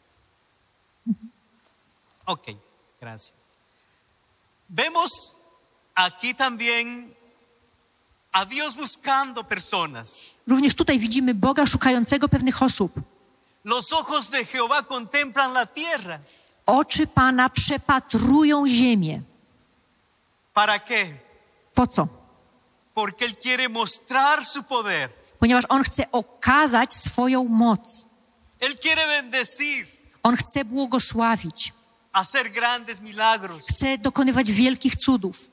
Ok, gracias. Vemos aquí también a Dios buscando personas. Również tutaj widzimy Boga szukającego pewnych osób. Los ojos de Jehová contemplan la tierra. Oczy Pana przepatrują ziemię. ¿Para qué? Po co? Porque Él quiere mostrar su poder. Ponieważ On chce okazać swoją moc. Él quiere bendecir, On chce błogosławić. hacer grandes milagros. Chce dokonywać wielkich cudów.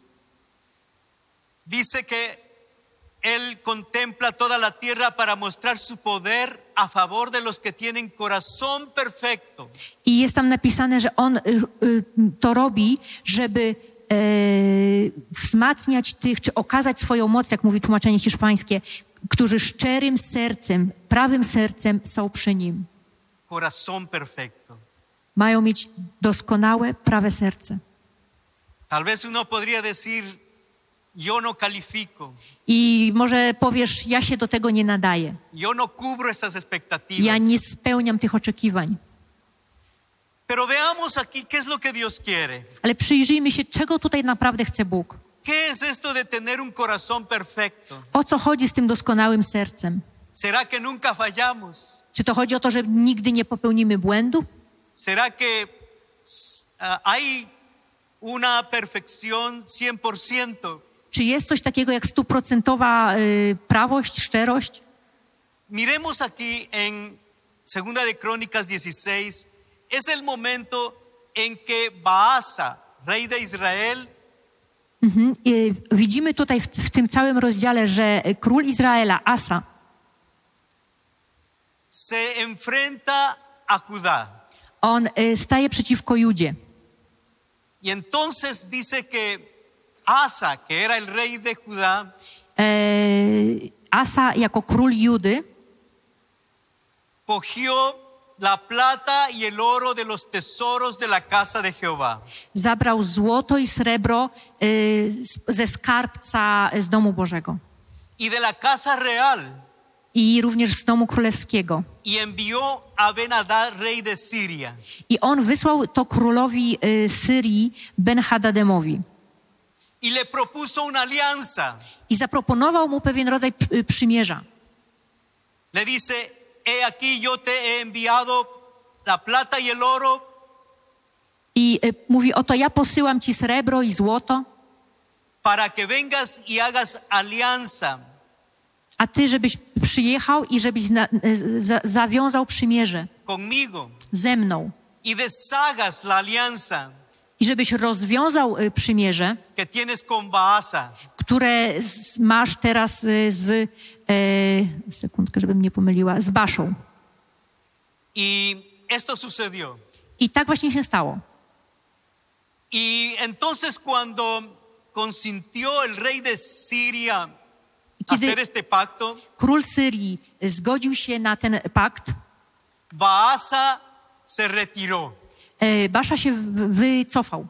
Dice que Él contempla toda la tierra para mostrar su poder a favor de los que tienen corazón perfecto. I jest tam napisane, że On y, y, to robi, żeby e, wzmacniać tych, czy okazać swoją moc, jak mówi tłumaczenie hiszpańskie, którzy szczerym sercem, prawym sercem są przy Nim. Corazón perfecto. Mają mieć doskonałe, prawe serce. Tal vez uno podría decir, yo no califico, I może powiesz, ja się do tego nie nadaję. yo no cubro esas expectativas. Ja nie spełniam tych oczekiwań. Pero veamos aquí qué es lo que Dios quiere. Ale przyjrzyjmy się, czego tutaj naprawdę chce Bóg. ¿Qué es esto de tener un corazón perfecto? O co chodzi z tym doskonałym sercem? ¿Será que nunca fallamos? Czy to chodzi o to, że nigdy nie popełnimy błędu? ¿Será que uh, hay una perfección cien por ciento? Czy jest coś takiego jak stuprocentowa y, prawość, szczerość? Miremos aquí en Segunda de Crónicas dieciséis, es el momento en que Baasa, rey de Israel, Mhm. Y, widzimy tutaj w, w tym całym rozdziale, że król Izraela, Asa, se enfrenta a Judá. on y, staje przeciwko Judzie. Y entonces dice que Asa, que era el rey de Judá, E, Asa jako król Judy cogió la plata y el oro de los tesoros de la casa de Jehová. zabrał złoto i srebro y, z- ze skarbca z domu Bożego Y de la casa real, i również z domu królewskiego. y envió a Ben-Hadad, rey de Siria. I on wysłał to królowi y, Syrii Ben-Hadademowi Y le propuso una alianza. i zaproponował mu pewien rodzaj p- y, przymierza. Le dice, he aquí yo te he enviado la plata y el oro I y, mówi, oto ja posyłam ci srebro i złoto, para que vengas y hagas alianza a ty żebyś przyjechał i żebyś zna, y, za, zawiązał przymierze conmigo ze mną y deshagas la alianza i żebyś rozwiązał y, przymierze, que tienes con Baasa. które z, masz teraz y, z, e, sekundkę, żebym nie pomyliła, z Baszą. Y esto sucedió. I tak właśnie się stało. Y entonces cuando consintió el rey de Siria I kiedy hacer este pacto, król Syrii zgodził się na ten pakt, Baasa se retiró. e, Basza się w- wycofał.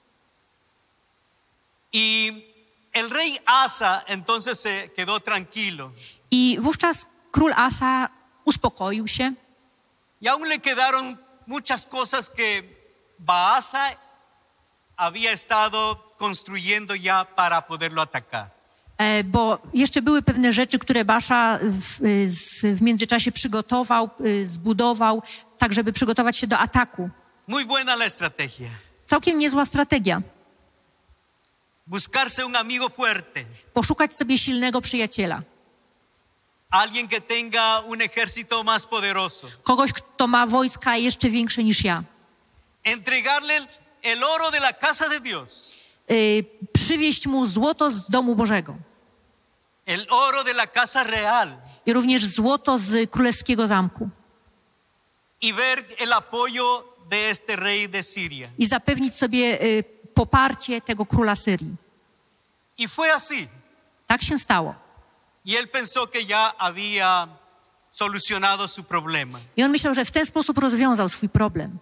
Y el rey Asa entonces se quedó tranquilo. I wówczas król Asa uspokoił się Y aún le quedaron muchas cosas que Baasa había estado construyendo ya para poderlo atacar. E, bo jeszcze były pewne rzeczy, które Basza w, z, w międzyczasie przygotował, y, zbudował, tak żeby przygotować się do ataku. Muy buena la estrategia. Całkiem niezła strategia. Buscarse un amigo fuerte, Poszukać sobie silnego przyjaciela. alguien que tenga un ejército más poderoso. Kogoś, kto ma wojska jeszcze większe niż ja. Entregarle el, el oro de la casa de Dios, Y, przywieźć mu złoto z domu Bożego. el oro de la casa real I również złoto z królewskiego zamku. y ver el apoyo de este rey de Siria. I zapewnić sobie y, poparcie tego króla Syrii. Y fue así. Tak się stało. Y él pensó que ya había solucionado su problema. I on myślał, że w ten sposób rozwiązał swój problem.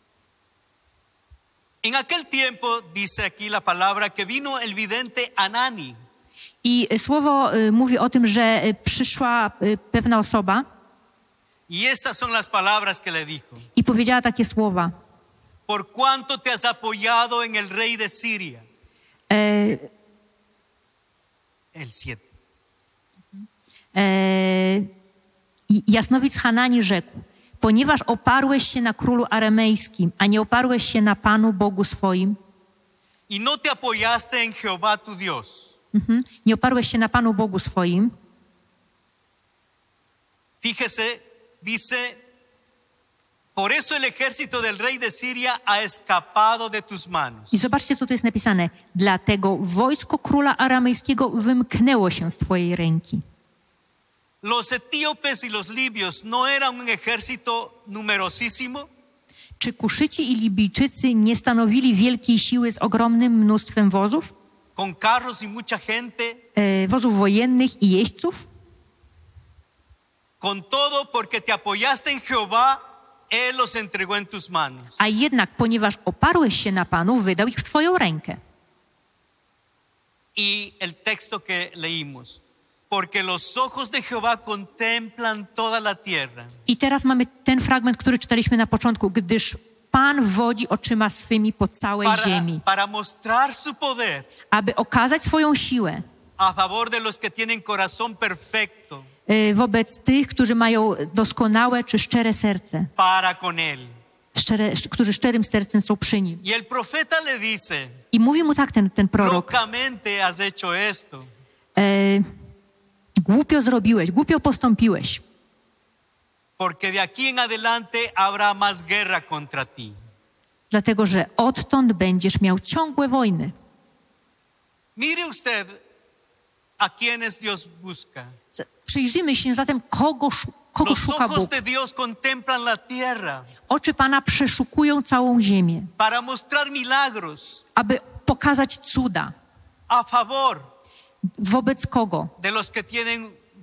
En aquel tiempo, dice aquí la palabra, que vino el vidente Anani. I y, słowo y, mówi o tym, że y, przyszła y, pewna osoba Y estas son las palabras que le dijo. i powiedziała takie słowa. Por cuánto te has apoyado en el rey de Siria. E, El siete. e, i Jasnowic Hanani rzekł, ponieważ oparłeś się na królu aramejskim, a nie oparłeś się na Panu Bogu swoim, Y no te apoyaste en Jehová tu Dios. mhm, nie oparłeś się na Panu Bogu swoim, Fíjese, dice, por eso el ejército del rey de Siria ha escapado de tus manos. i zobaczcie, co tu jest napisane. Dlatego wojsko króla aramejskiego wymknęło się z twojej ręki. Los etíopes y los libios no eran un ejército numerosísimo. Czy Kuszyci i Libijczycy nie stanowili wielkiej siły z ogromnym mnóstwem wozów, Con carros y mucha gente, e, wozów wojennych i jeźdźców? con todo porque te apoyaste en Jehová, Él los entregó en tus manos. A jednak, ponieważ oparłeś się na Panu, wydał ich w twoją rękę. Y el texto que leímos, porque los ojos de Jehová contemplan toda la tierra I teraz mamy ten fragment, który czytaliśmy na początku, gdyż Pan wodzi oczyma swymi po całej para, ziemi, para mostrar su poder aby okazać swoją siłę a favor de los que tienen corazón perfecto e, wobec tych, którzy mają doskonałe czy szczere serce, para con Él. szczere, sz- którzy szczerym sercem są przy Nim. Y el profeta le dice, I mówi mu tak ten, ten prorok, locamente has hecho esto. e, głupio zrobiłeś, głupio postąpiłeś, Porque de aquí en adelante habrá más guerra contra ti. dlatego że odtąd będziesz miał ciągłe wojny. Mire usted a quienes Dios busca. Z- Przyjrzyjmy się zatem, kogo, szu- kogo Los szuka ojos Bóg. de Dios contemplan la tierra Oczy Pana przeszukują całą ziemię, para mostrar milagros aby pokazać cuda. a favor Wobec kogo? de los que tienen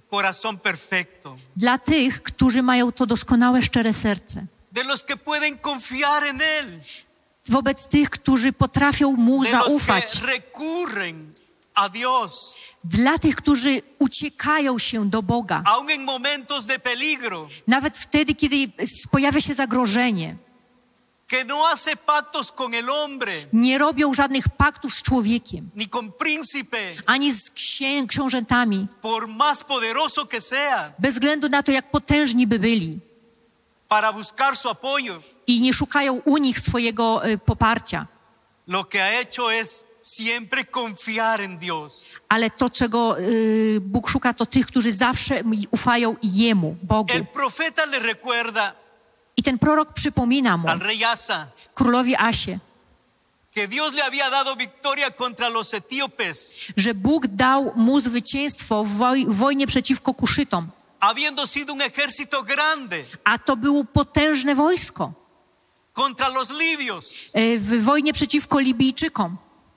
corazón perfecto, Dla tych, którzy mają to doskonałe, szczere serce. de los que pueden confiar en Él, Wobec tych, którzy potrafią Mu de los zaufać. que recurren a Dios, Dla tych, którzy uciekają się do Boga. aun en momentos de peligro, Nawet wtedy, kiedy pojawia się zagrożenie. que no hace pactos con el hombre, Nie robią żadnych paktów z człowiekiem, ni con príncipe, ani z księ- książętami, por más poderoso que sea, bez względu na to, jak potężni by byli. para buscar su apoyo. I nie szukają u nich swojego y, poparcia. Lo que ha hecho es siempre confiar en Dios. Ale to, czego y, Bóg szuka, to tych, którzy zawsze ufają Jemu, Bogu. El profeta le recuerda I ten prorok przypomina mu, al rey Asa królowi Asie, que Dios le había dado victoria contra los etíopes, że Bóg dał mu zwycięstwo w, woj- w wojnie przeciwko Kuszytom. habiendo sido un ejército grande A to było potężne wojsko contra los libios. y, w wojnie przeciwko Libijczykom.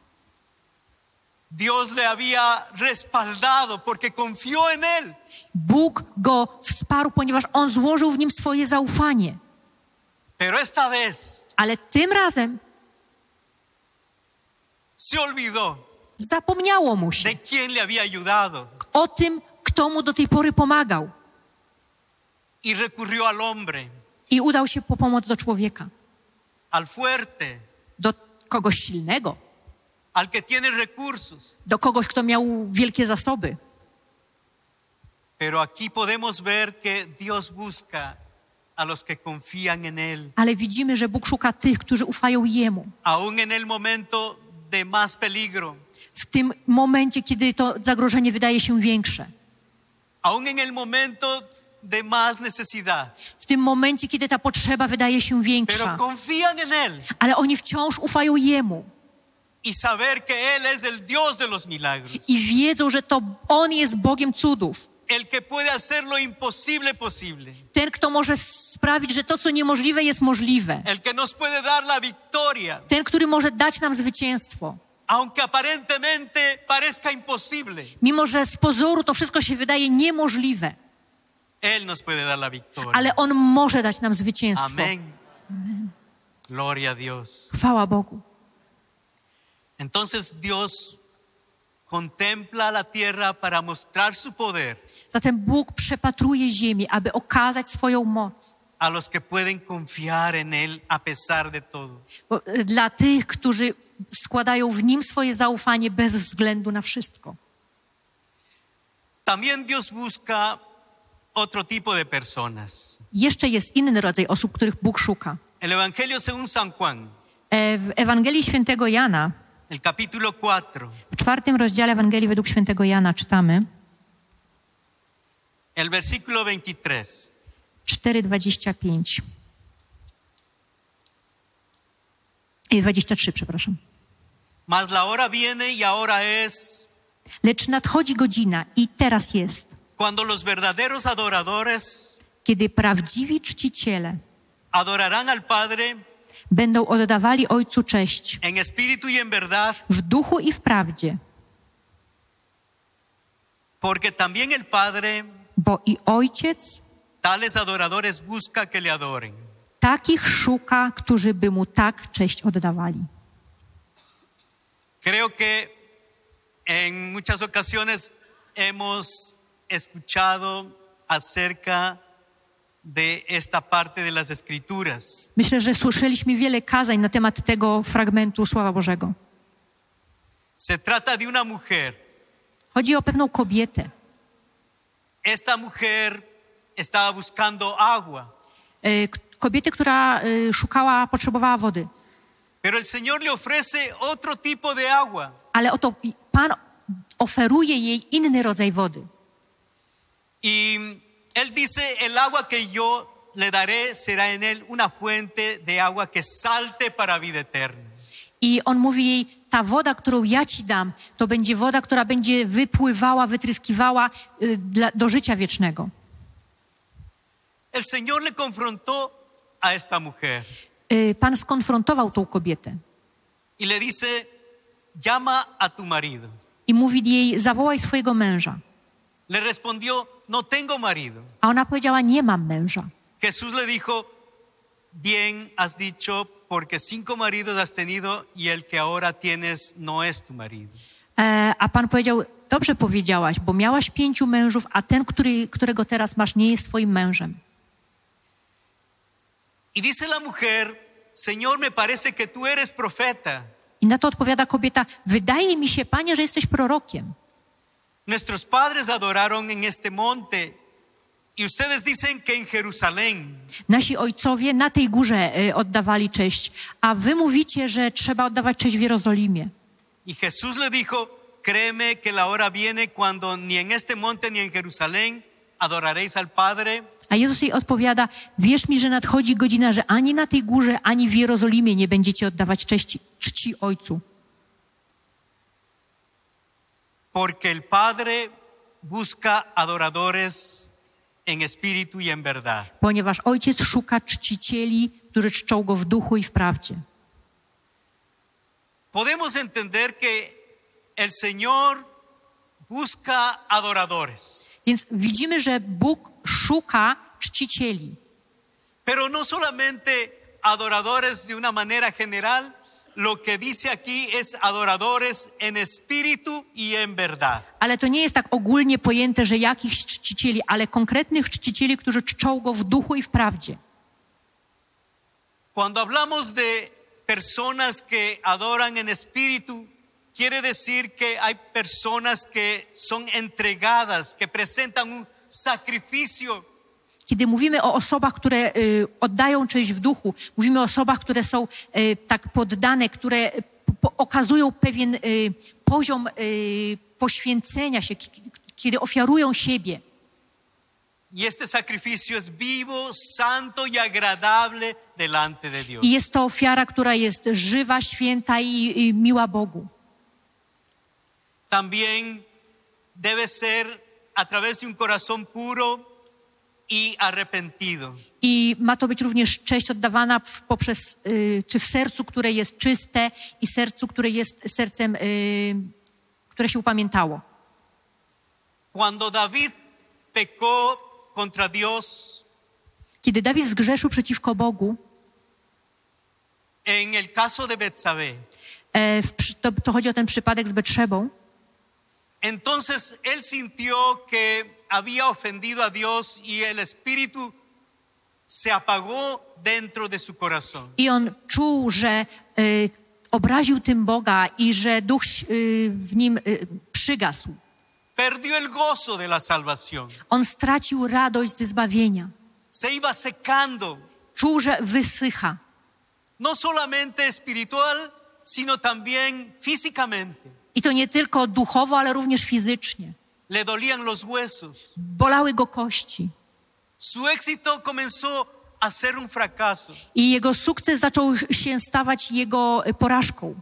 Dios le había respaldado porque confió en él. Bóg go wsparł, ponieważ on złożył w nim swoje zaufanie. Pero esta vez Ale tym razem se olvidó zapomniało mu się de quién le había ayudado o tym, kto mu do tej pory pomagał. y recurrió al hombre, I udał się po pomoc do człowieka, al fuerte, do kogoś silnego, al que tiene recursos. do kogoś, kto miał wielkie zasoby. Pero aquí podemos ver que Dios busca a los que confían en Él, Ale widzimy, że Bóg szuka tych, którzy ufają Jemu. aún en el momento de más peligro, W tym momencie, kiedy to zagrożenie wydaje się większe. aún en el momento de más necesidad. W tym momencie, kiedy ta potrzeba wydaje się Pero większa. confían en Él Ale oni wciąż ufają Jemu. y saber que Él es el Dios de los milagros, I wiedzą, że to On jest Bogiem cudów. el que puede hacer lo imposible posible, Ten, kto może sprawić, że to, co niemożliwe, jest możliwe. el que nos puede dar la victoria, Ten, który może dać nam zwycięstwo. aunque aparentemente parezca imposible. Mimo, że z pozoru to wszystko się wydaje niemożliwe. Él nos puede dar la victoria. Ale On może dać nam zwycięstwo. Amén. Gloria a Dios. Chwała Bogu. Entonces Dios contempla la tierra para mostrar su poder Zatem Bóg przepatruje ziemię, aby okazać swoją moc. a los que pueden confiar en Él a pesar de todo. Bo, y, Dla tych, którzy składają w Nim swoje zaufanie bez względu na wszystko. También Dios busca otro tipo de personas. Jeszcze jest inny rodzaj osób, których Bóg szuka. El Evangelio según San Juan, E, W Ewangelii Świętego Jana, el capítulo cuatro, w czwartym rozdziale Ewangelii według Świętego Jana czytamy el versículo veintitrés. cztery dwadzieścia pięć. I dwadzieścia trzy, przepraszam. Mas la hora viene y ahora es Lecz nadchodzi godzina i teraz jest, cuando los verdaderos adoradores kiedy prawdziwi czciciele adorarán al Padre będą oddawali Ojcu cześć en espíritu y en verdad, w duchu i w prawdzie, porque también el Padre bo i Ojciec tales adoradores busca que le adoren. takich szuka, którzy by Mu tak cześć oddawali. Creo que en muchas ocasiones hemos escuchado acerca de esta parte de las Escrituras. Myślę, że słyszeliśmy wiele kazań na temat tego fragmentu Słowa Bożego. Se trata de una mujer. Chodzi o pewną kobietę. Esta mujer estaba buscando agua, E, k- Kobiety, która e, szukała, potrzebowała wody. pero el Señor le ofrece otro tipo de agua. Ale oto i- Pan oferuje jej inny rodzaj wody. Y Él dice, el agua que yo le daré será en él una fuente de agua que salte para vida eterna. I on mówi jej, ta woda, którą ja ci dam, to będzie woda, która będzie wypływała, wytryskiwała y, dla, do życia wiecznego. El Señor le confrontó a esta mujer Y, Pan skonfrontował tą kobietę y le dice, llama a tu marido. i mówi jej, zawołaj swojego męża. Le respondió, no tengo marido. A ona powiedziała, nie mam męża. Jesús le dijo, bien has dicho, porque cinco maridos has tenido y el que ahora tienes no es tu marido. E, a Pan powiedział, dobrze powiedziałaś, bo miałaś pięciu mężów, a ten, który, którego teraz masz, nie jest twoim mężem. Y dice la mujer, Señor, me parece que tú eres profeta. I na to odpowiada kobieta, wydaje mi się, Panie, że jesteś prorokiem. Nuestros padres adoraron en este monte y ustedes dicen que en Jerusalén. Nasi ojcowie na tej górze e, oddawali cześć, a wy mówicie, że trzeba oddawać cześć w Jerozolimie. Y Jesús le dijo, créeme que la hora viene cuando ni en este monte ni en Jerusalén adoraréis al Padre. A Jezus jej odpowiada, wierz mi, że nadchodzi godzina, że ani na tej górze, ani w Jerozolimie nie będziecie oddawać cześci, czci Ojcu. Porque el Padre busca adoradores en espíritu y en verdad. Ponieważ Ojciec szuka czcicieli, którzy czczą Go w duchu i w prawdzie. Podemos entender que el Señor busca adoradores. Więc widzimy, że Bóg szuka czcicieli. Pero no solamente adoradores de una manera general, lo que dice aquí es adoradores en espíritu y en verdad. Ale to nie jest tak ogólnie pojęte, że jakichś czcicieli, ale konkretnych czcicieli, którzy czczą Go w duchu i w prawdzie. Cuando hablamos de personas que adoran en espíritu, quiere decir que hay personas que son entregadas, que presentan un sacrificio. Kiedy mówimy o osobach, które y, oddają cześć w duchu, mówimy o osobach, które są y, tak poddane, które po, okazują pewien y, poziom y, poświęcenia się, k- kiedy ofiarują siebie. Y este sacrificio es vivo, santo y agradable delante de Dios. I jest to ofiara, która jest żywa, święta i, i miła Bogu. También debe ser a través de un corazón puro y arrepentido. I ma to być również cześć oddawana w, poprzez, y, czy w sercu, które jest czyste i sercu, które jest sercem, y, które się upamiętało. Cuando David pecó contra Dios, Kiedy Dawid zgrzeszył przeciwko Bogu, en el caso de Betsabé, e, w, przy- to, to chodzi o ten przypadek z Betrzebą, entonces él sintió que había ofendido a Dios y el espíritu se apagó dentro de su corazón. i on czuł, że y, obraził tym Boga i że duch y, w nim y, przygasł. Perdió el gozo de la salvación. On stracił radość ze zbawienia. Se iba secando, Czuł, że wysycha. no solamente espiritual, sino también físicamente. I to nie tylko duchowo, ale również fizycznie. Le dolían los huesos. Bolały go kości. Su éxito comenzó a ser un fracaso. I jego sukces zaczął się stawać jego porażką.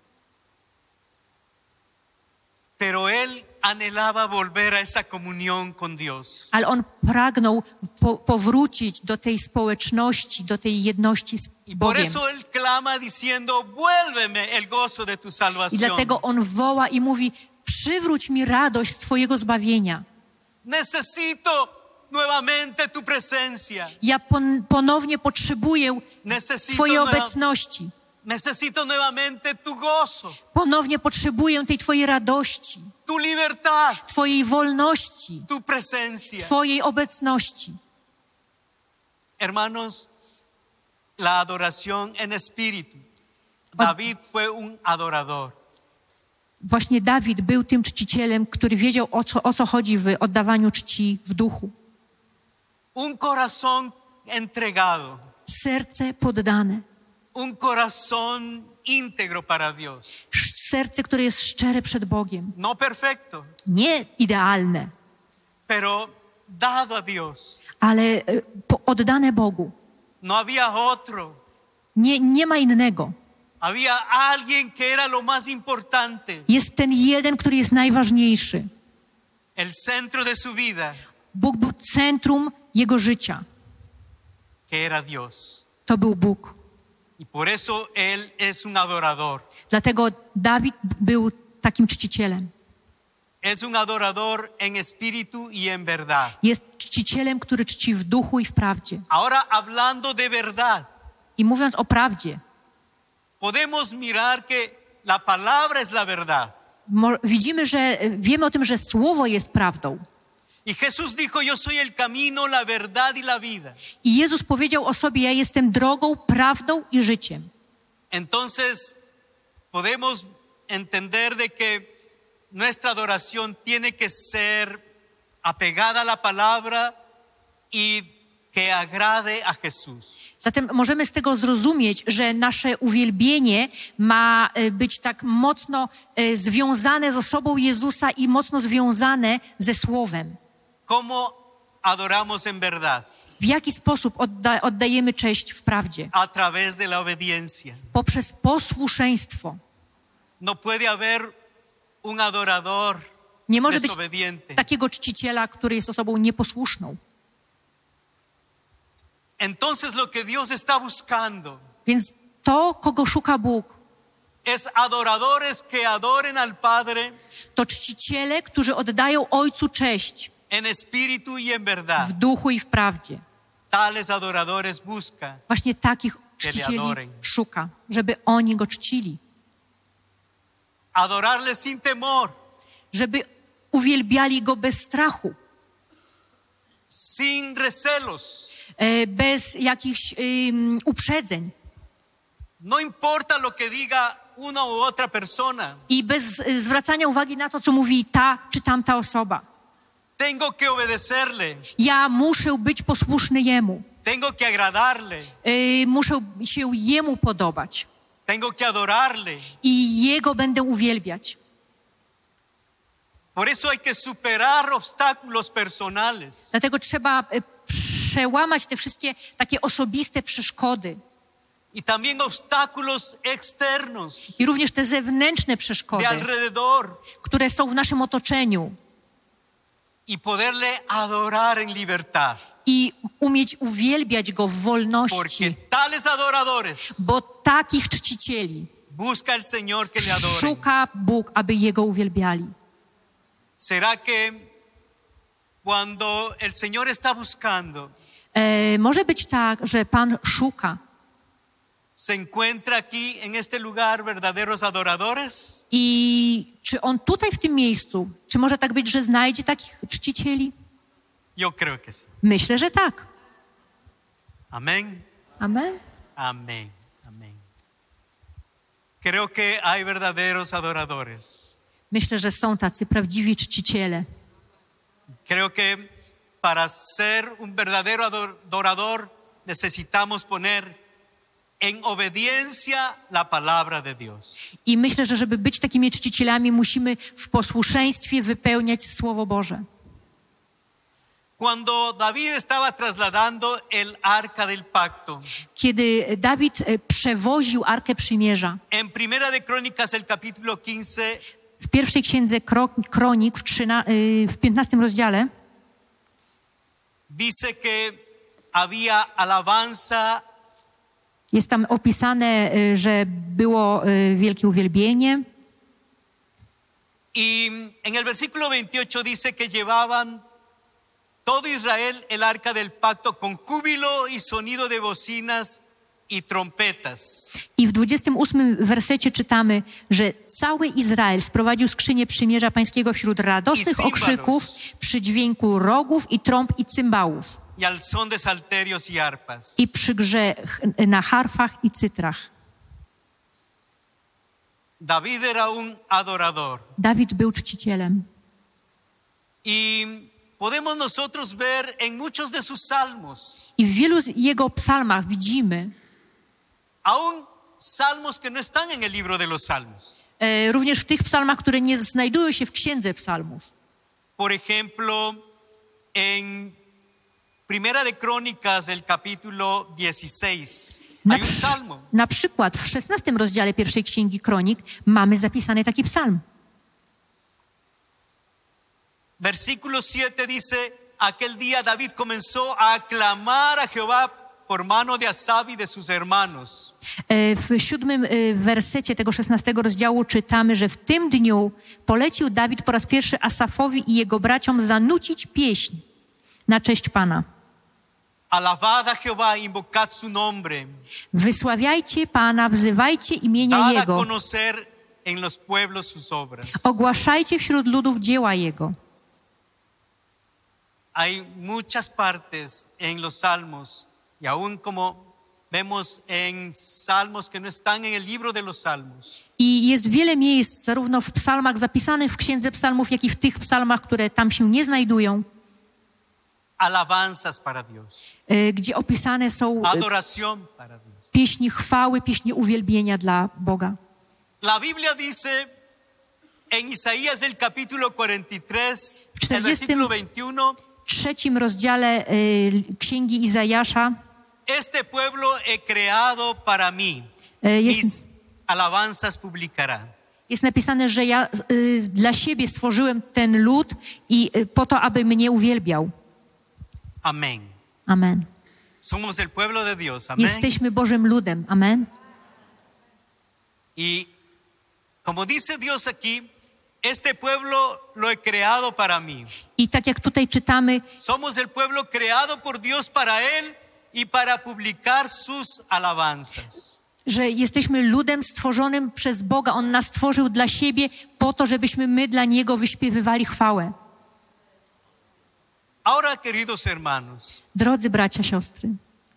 Pero él anhelaba volver a esa comunión con Dios. Ale on pragnął po, powrócić do tej społeczności, do tej jedności z Y por Bogiem. eso él clama diciendo, vuélveme el gozo de tu I salvación. dlatego on woła i mówi, przywróć mi radość swojego zbawienia. Necesito nuevamente tu presencia. Ja pon, ponownie potrzebuję Necesito, Twojej nueva- obecności. necesito nuevamente tu gozo, Ponownie potrzebuję tej Twojej radości, tu libertad, Twojej wolności, tu presencia. Twojej obecności. Hermanos, la adoración en espíritu. David fue un adorador. Właśnie Dawid był tym czcicielem, który wiedział, o co, o co chodzi w oddawaniu czci w duchu. Un corazón entregado, Serce poddane. un corazón íntegro para Dios. Sz- Serce, które jest szczere przed Bogiem. No perfecto, Nie idealne, pero dado a Dios. ale e, po- oddane Bogu. No había otro. Nie, nie ma innego. Había alguien que era lo más importante, Jest ten jeden, który jest najważniejszy. el centro de su vida, Bóg był centrum jego życia. que era Dios. To był Bóg. Y por eso él es un adorador. Dlatego Dawid był takim czcicielem. es un adorador en espíritu y en verdad. Jest czcicielem, który czci w duchu i w prawdzie. Ahora, hablando de verdad, I mówiąc o prawdzie, podemos mirar que la palabra es la verdad. mo- widzimy, że wiemy o tym, że słowo jest prawdą. Y Jesús dijo, yo soy el camino, la verdad y la vida. I Jezus powiedział o sobie, ja jestem drogą, prawdą i życiem. Entonces, podemos entender de que nuestra adoración tiene que ser apegada a la palabra y que agrade a Jesús. Zatem możemy z tego zrozumieć, że nasze uwielbienie ma e, być tak mocno e, związane z osobą Jezusa i mocno związane ze Słowem. ¿Cómo adoramos en verdad? W jaki sposób odda- oddajemy cześć w prawdzie? A través de la obediencia. Poprzez posłuszeństwo. No puede haber un adorador Nie może być desobediente. takiego czciciela, który jest osobą nieposłuszną. Entonces lo que Dios está buscando Więc to, kogo szuka Bóg, es adoradores que adoren al Padre to czciciele, którzy oddają Ojcu cześć en espíritu y en verdad. w duchu i w prawdzie. Tales adoradores busca Właśnie takich czcicieli adoren. szuka, żeby oni Go czcili. adorarle sin temor, Żeby uwielbiali Go bez strachu, sin recelos. e, bez jakichś ym, uprzedzeń No importa lo que diga una u otra persona. i bez y, zwracania uwagi na to, co mówi ta czy tamta osoba. Tengo que obedecerle, Ja muszę być posłuszny Jemu. tengo que agradarle, Y, muszę się Jemu podobać tengo que adorarle. i Jego będę uwielbiać. Por eso hay que superar obstáculos personales. Dlatego trzeba y, przełamać te wszystkie takie osobiste przeszkody Y también obstáculos externos i również te zewnętrzne de przeszkody, alrededor które są w naszym otoczeniu y poderle adorar en libertad. i umieć uwielbiać Go w Porque wolności, tales adoradores bo takich czcicieli busca el Señor que le adoren. szuka Bóg, aby Jego uwielbiali. ¿Será que cuando el Señor está buscando, E, może być tak, że Pan szuka se encuentra aquí en este lugar verdaderos adoradores? i czy On tutaj w tym miejscu, czy może tak być, że znajdzie takich czcicieli? Yo creo que sí. Myślę, że tak. Amén. Amen. Amén. Amén. Creo que hay verdaderos adoradores. Myślę, że są tacy prawdziwi czciciele. Creo que para ser un verdadero ador- adorador necesitamos poner en obediencia la palabra de Dios. I myślę, że żeby być takimi czcicielami, musimy w posłuszeństwie wypełniać Słowo Boże. Cuando David estaba trasladando el arca del pacto, Kiedy Dawid e, przewoził Arkę Przymierza, en Primera de Crónicas, el capítulo quince, w pierwszej księdze Kro- Kronik w, trzyna, y, w piętnastym rozdziale dice que había alabanza jest tam opisane, y, że było y, wielkie uwielbienie. y en el versículo veintiocho dice que llevaban todo Israel el arca del pacto con júbilo y sonido de bocinas y trompetas. I w dwudziestym ósmym wersecie czytamy, że cały Izrael sprowadził skrzynię przymierza pańskiego wśród radosnych I cymbalos. okrzyków, przy dźwięku rogów i trąb i cymbałów Y al son de salterios y arpas. i przy grze ch- na harfach i cytrach. David era un adorador. Dawid był czcicielem. Y podemos nosotros ver en muchos de sus salmos, I w wielu z jego psalmach widzimy, aún salmos que no están en el libro de los salmos. e, również w tych psalmach, które nie znajdują się w księdze psalmów. Por ejemplo, en Primera de Crónicas, el capítulo dieciséis, Na, hay un przy- salmo. na przykład w szesnastym rozdziale pierwszej księgi Kronik mamy zapisany taki psalm. Versículo siete dice, aquel día David comenzó a aclamar a Jehová por mano de Asaf y de sus hermanos. E, W siódmym e, wersecie tego szesnastego rozdziału czytamy, że w tym dniu polecił Dawid po raz pierwszy Asafowi i jego braciom zanucić pieśń na cześć Pana. Alabad a Jehová, invocad su nombre, Wysławiajcie Pana, wzywajcie imienia dad a Jego, conocer en los pueblos sus obras. ogłaszajcie wśród ludów dzieła Jego. Hay muchas partes en los salmos y aún como vemos en salmos que no están en el libro de los salmos. I jest wiele miejsc, zarówno w psalmach zapisanych w Księdze Psalmów, jak i w tych psalmach, które tam się nie znajdują, Alabanzas para Dios, e, gdzie opisane są e, adoración para Dios. pieśni chwały, pieśni uwielbienia dla Boga. La Biblia dice en Isaías el capítulo cuarenta y tres, el czterdziestym versículo veintiuno, W trzecim rozdziale e, Księgi Izajasza este pueblo he creado para mí, e, jest, mis alabanzas publicará. jest napisane, że ja e, dla siebie stworzyłem ten lud i e, po to, aby mnie uwielbiał. Amén. Amen. Somos el pueblo de Dios, amén. Jesteśmy Bożym ludem. Amen. Y como dice Dios aquí, este pueblo lo he creado para mí. I tak jak tutaj czytamy, Somos el pueblo creado por Dios para Él y para publicar sus alabanzas. że jesteśmy ludem stworzonym przez Boga. On nas stworzył dla siebie po to, żebyśmy my dla Niego wyśpiewywali chwałę. Ahora, queridos hermanos, Drodzy bracia, siostry,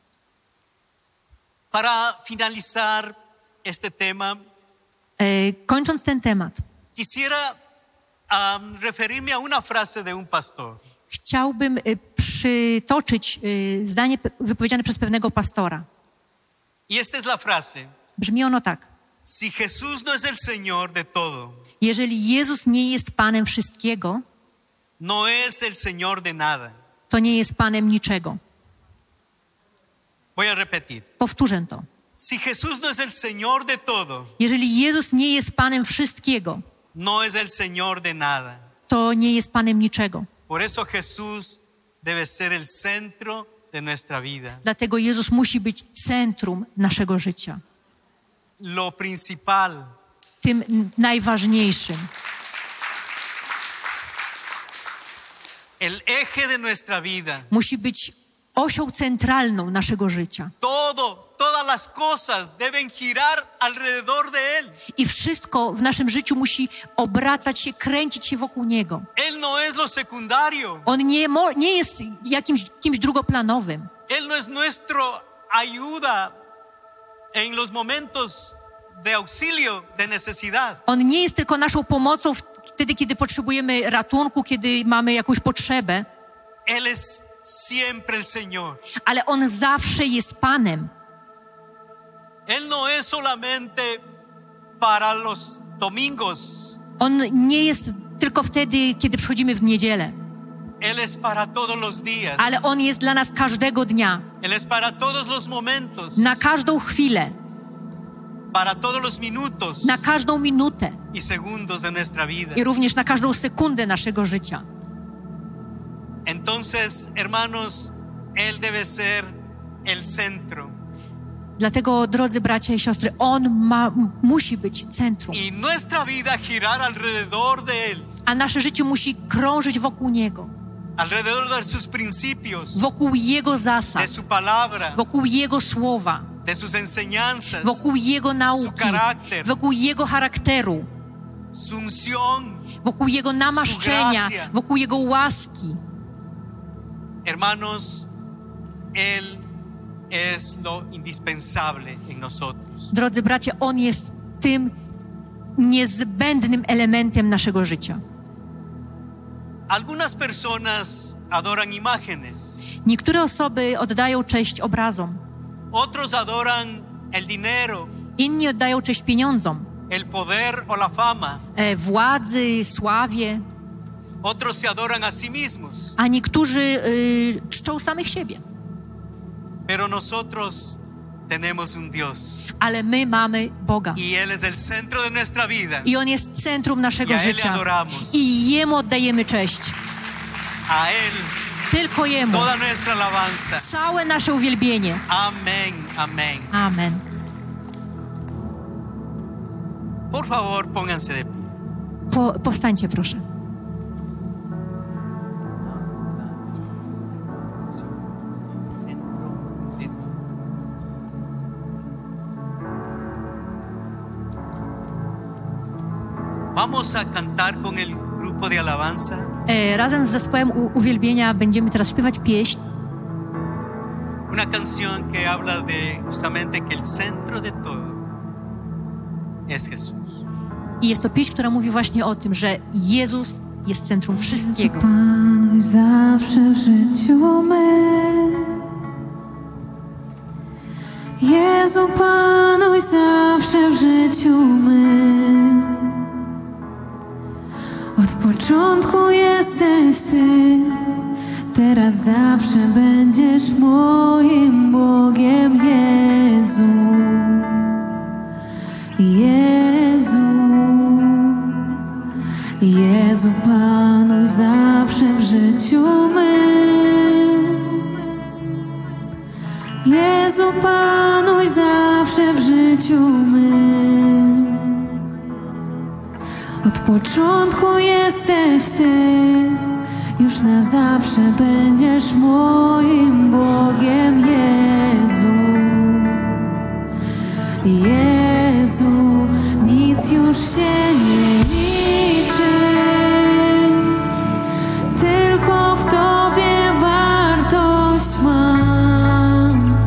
para finalizar este tema, e, kończąc ten temat, quisiera um, referirme a una frase de un pastor. chciałbym e, przytoczyć e, zdanie pe- wypowiedziane przez pewnego pastora. Y esta es la frase: Brzmi ono tak. si Jesús no es el Señor de todo, Jeżeli Jezus nie jest Panem wszystkiego, no es el Señor de nada. to nie jest Panem niczego. Voy a repetir. Powtórzę to. Si Jesús no es el Señor de todo, Jeżeli Jezus nie jest Panem wszystkiego, no es el Señor de nada. to nie jest Panem niczego. Por eso Jesús debe ser el centro de nuestra vida, Dlatego Jezus musi być centrum naszego życia. lo principal. Tym n- najważniejszym. El eje de nuestra vida. Musi być osią centralną naszego życia. Todo, todas las cosas deben girar alrededor de Él. I wszystko w naszym życiu musi obracać się, kręcić się wokół Niego. Él no es lo secundario. On nie, mo- nie jest jakimś kimś drugoplanowym. Él no es nuestro ayuda en los momentos de auxilio, de necesidad. On nie jest tylko naszą pomocą wtedy, kiedy potrzebujemy ratunku, kiedy mamy jakąś potrzebę, Él es siempre el Señor. ale On zawsze jest Panem. Él no es solamente para los domingos. On nie jest tylko wtedy, kiedy przychodzimy w niedzielę, Él es para todos los días. ale On jest dla nas każdego dnia, Él es para todos los momentos, na każdą chwilę, para todos los minutos na każdą minutę y segundos de nuestra vida. i również na każdą sekundę naszego życia. Entonces, hermanos, Él debe ser el centro. Dlatego, drodzy bracia i siostry, On ma, musi być centrum, Y nuestra vida girar alrededor de Él, a nasze życie musi krążyć wokół Niego, alrededor de sus principios, wokół Jego zasad, de su palabra, wokół Jego słowa, de sus enseñanzas, wokół Jego su nauki, carácter, wokół Jego charakteru, su unción. wokół Jego namaszczenia, gracia. wokół Jego łaski. Hermanos, Él es lo indispensable en nosotros. Drodzy bracia, On jest tym niezbędnym elementem naszego życia. Algunas personas adoran imágenes, Niektóre osoby oddają cześć obrazom, otros adoran el dinero, inni oddają cześć pieniądzom, el poder o la fama, e, władzy, sławie, otros se adoran a sí mismos, a niektórzy y, czczą samych siebie. pero nosotros tenemos un Dios Ale my mamy Boga. y Él es el centro de nuestra vida. I On jest centrum naszego I a Él le życia. adoramos. I Jemu oddajemy cześć. A Él Tylko Jemu. toda nuestra alabanza. Całe nasze uwielbienie. Amén, amén. Amen. Por favor, pónganse de pie. Po, powstańcie, proszę. Vamos a cantar con el grupo de alabanza. E, razem z zespołem u, uwielbienia będziemy teraz śpiewać pieśń. Una canción que habla de justamente que el centro de todo es Jesús. I jest to pieśń, która mówi właśnie o tym, że Jezus jest centrum wszystkiego. Panuj zawsze w życiu mym. Jezu, panuj zawsze w życiu mym. Od początku jesteś Ty, teraz zawsze będziesz moim Bogiem, Jezu. Jezu, Jezu, panuj zawsze w życiu mym. Jezu, panuj zawsze w życiu mym. Od początku jesteś Ty, już na zawsze będziesz moim Bogiem, Jezu. Jezu, nic już się nie liczy, tylko w Tobie wartość mam.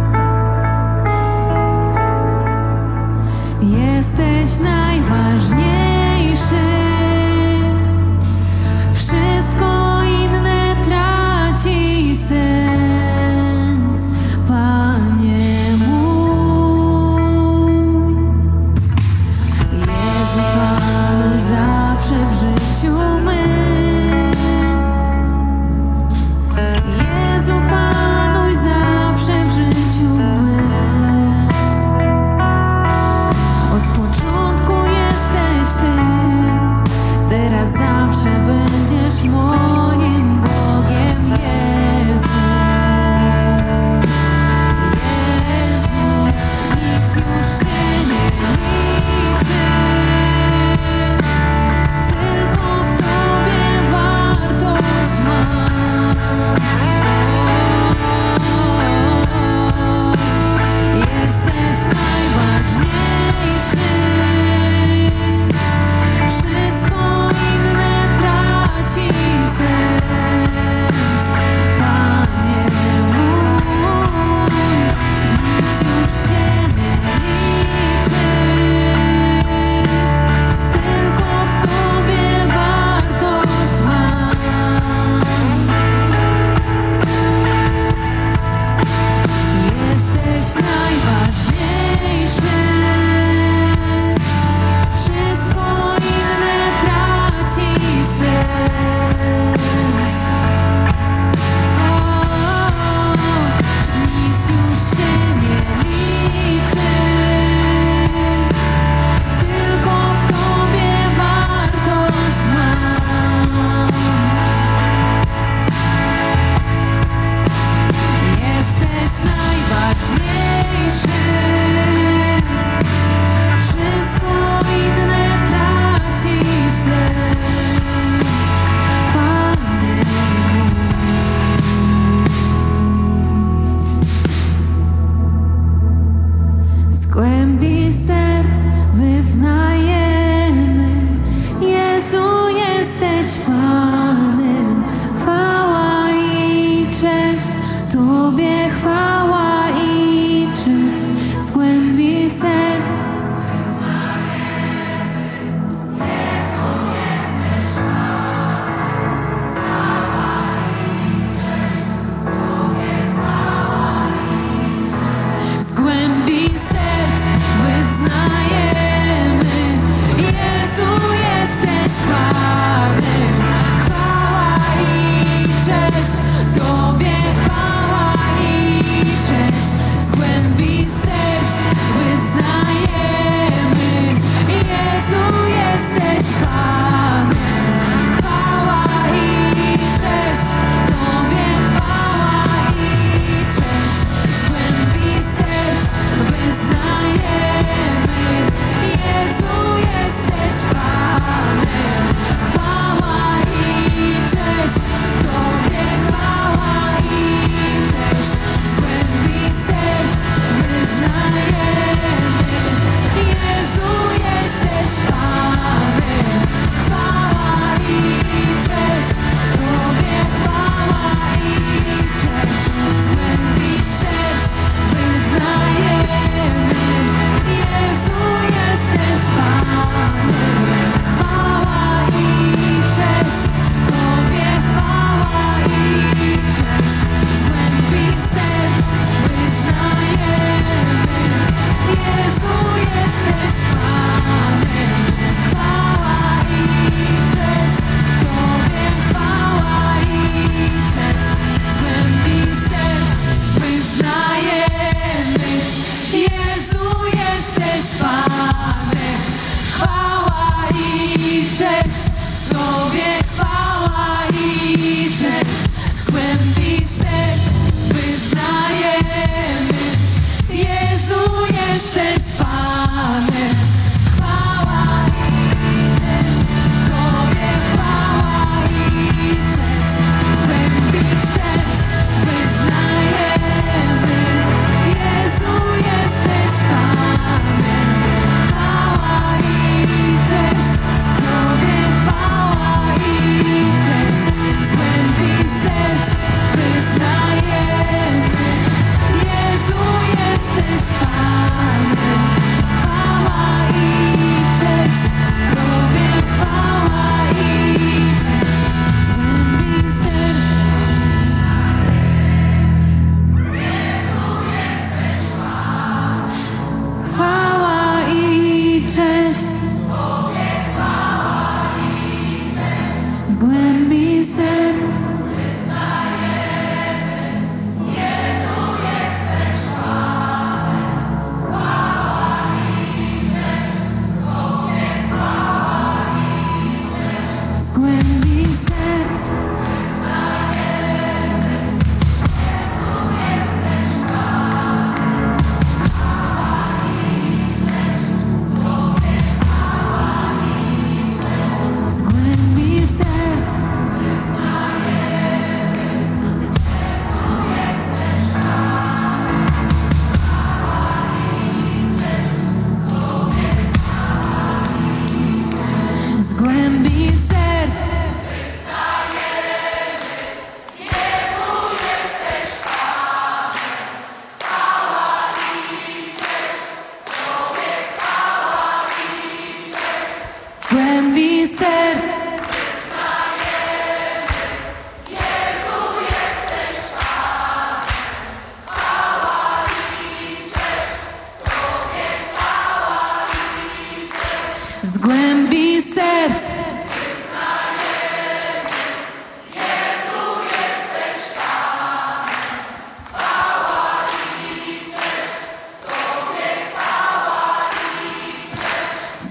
Jesteś najważniejszy, wszystko inne traci sens, Panie mój. Jezu, panuj zawsze w życiu mym. Jezu, panuj zawsze w życiu mym. Od początku jesteś Ty, teraz zawsze będziesz moim Bogiem, Jezu. Jezu, nic już się nie liczy, tylko w Tobie wartość mam. Jesteś najważniejszy, wszystko inne traci sens, Panie mój. Nic już się nie liczy, tylko w Tobie wartość mam. Jesteś najważniejszy, wszystko inne traci sens. O, nic już się nie liczy, tylko w Tobie wartość mam. Jesteś najważniejszy, wszystko inne traci sens, Panie mój. Z głębi serc wyznajemy, Jezu, jesteś Panem. Chwała i cześć Tobie, chwała i cześć. Z głębi serc Z głębi serc wyznajemy, Jezu, jesteś Panem. Chwała i cześć Tobie, chwała i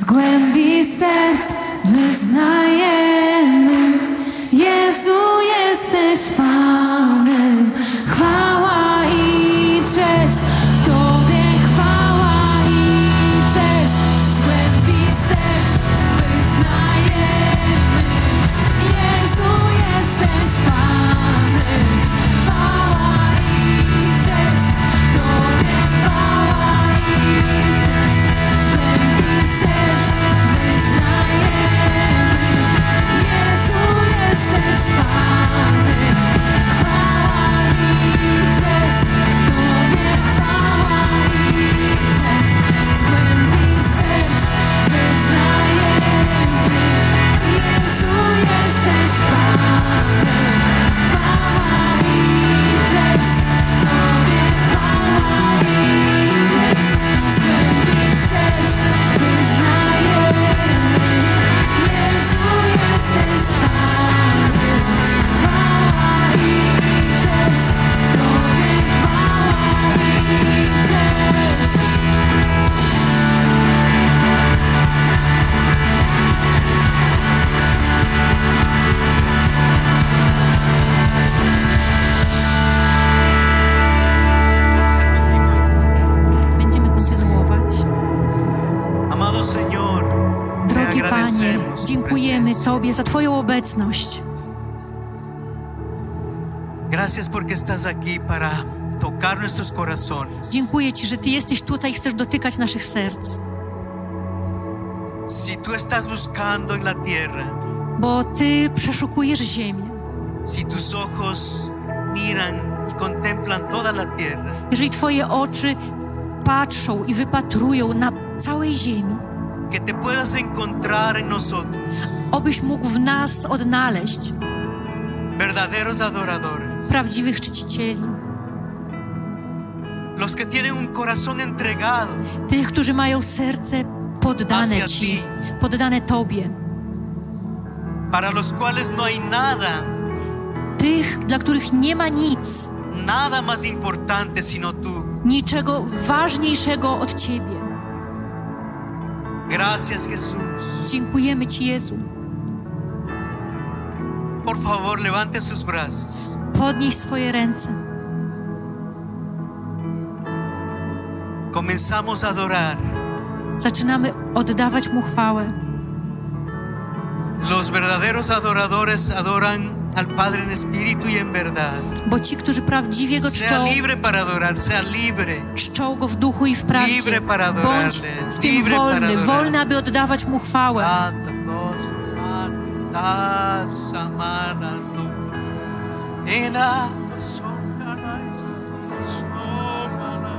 Z głębi serc wyznajemy, Jezu, jesteś Panem. Chwała i cześć Tobie, chwała i cześć. Z głębi serc wyznajemy, Jezu, jesteś Panem. Chwała i cześć Tobie, chwała i cześć. Z głębi serc wyznajemy, Jezu, jesteś Panem. Chwała i cześć Tobie, chwała i cześć. Z głębi serc wyznajemy, Jezu, jesteś Panem. Chwała i cześć Tobie, chwała i cześć. Z głębi serc wyznajemy, Jezu, jesteś Panem. Chwała i cześć Tobie, chwała i cześć. Vamos a continuar. Będziemy kontynuować. Amado Señor, te Drogi Panie, agradecemos tu dziękujemy presencia. Tobie za Twoją obecność. Gracias porque estás aquí para tocar nuestros corazones. Dziękuję Ci, że Ty jesteś tutaj i chcesz dotykać naszych serc. Si tú estás buscando en la tierra, Bo Ty przeszukujesz ziemię. si tus ojos miran y contemplan toda la tierra, Jeżeli Twoje oczy patrzą i wypatrują na całej ziemi, que te puedas encontrar en nosotros, obyś mógł w nas odnaleźć verdaderos adoradores, prawdziwych czcicieli. los que tienen un corazón entregado, Tych, którzy mają serce poddane Hacia Ci, Ti. poddane Tobie. para los cuales no hay nada, Tych, dla których nie ma nic, nada más importante sino tú. niczego ważniejszego od Ciebie. Gracias, Jesús. Dziękujemy Ci, Jezu. Por favor, levante sus brazos. Podnieś swoje ręce. Comenzamos a adorar. Zaczynamy oddawać Mu chwałę. Los verdaderos adoradores adoran al Padre en espíritu y en verdad. Bo ci, którzy prawdziwie Go Sea czczą, libre para adorar, sea libre. czczą Go w duchu i w prawdzie. Libre para Bądź adorarle, w tym libre para wolny, adorar. wolny, aby oddawać Mu chwałę. Tanta cosa, mata, samana, tu. Ela, sonara, somana.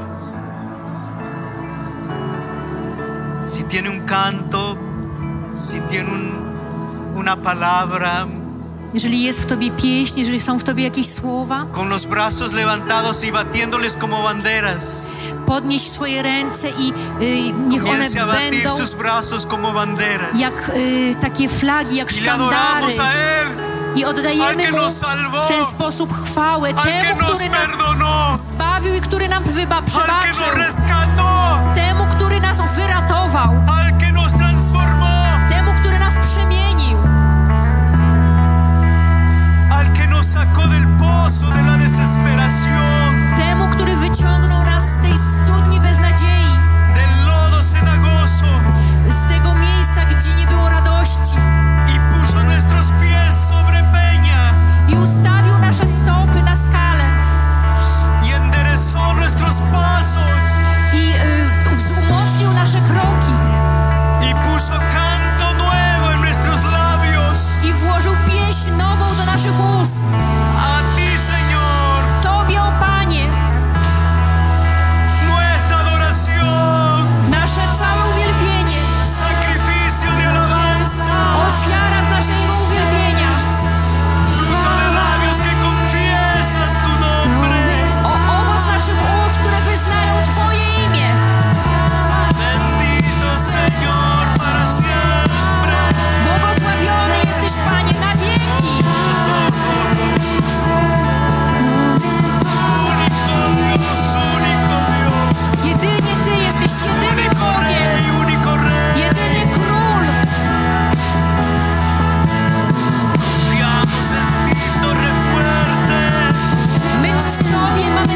Si tiene un canto, si tiene un, una palabra, Jeżeli jest w Tobie pieśń, jeżeli są w Tobie jakieś słowa, con los brazos levantados y batiéndoles como banderas, podnieś swoje ręce i y, niech one comience a batir będą sus brazos como banderas. jak y, takie flagi, jak Y le adoramos sztandary. a Él, I al oddajemy que Mu nos salvó, w ten sposób chwałę al que temu, nos który nas perdonó, zbawił i który nam wyba, al que przebaczył. nos rescató, Temu, który nas wyratował. al que nos transformó, Temu, który nas przemienił. al que nos sacó del pozo de la desesperación, Temu, który wyciągnął nas z tej studni beznadziei. del lodo cenagoso Z tego miejsca, gdzie nie było radości. y puso nuestros pies sobre peña I ustawił nasze stopy na skalę. y enderezó nuestros pasos I y, umocnił nasze kroki. y puso canto nuevo en nuestros labios. I włożył pieśń nową do naszych ust. A ti, Señor, Tobie, o Panie,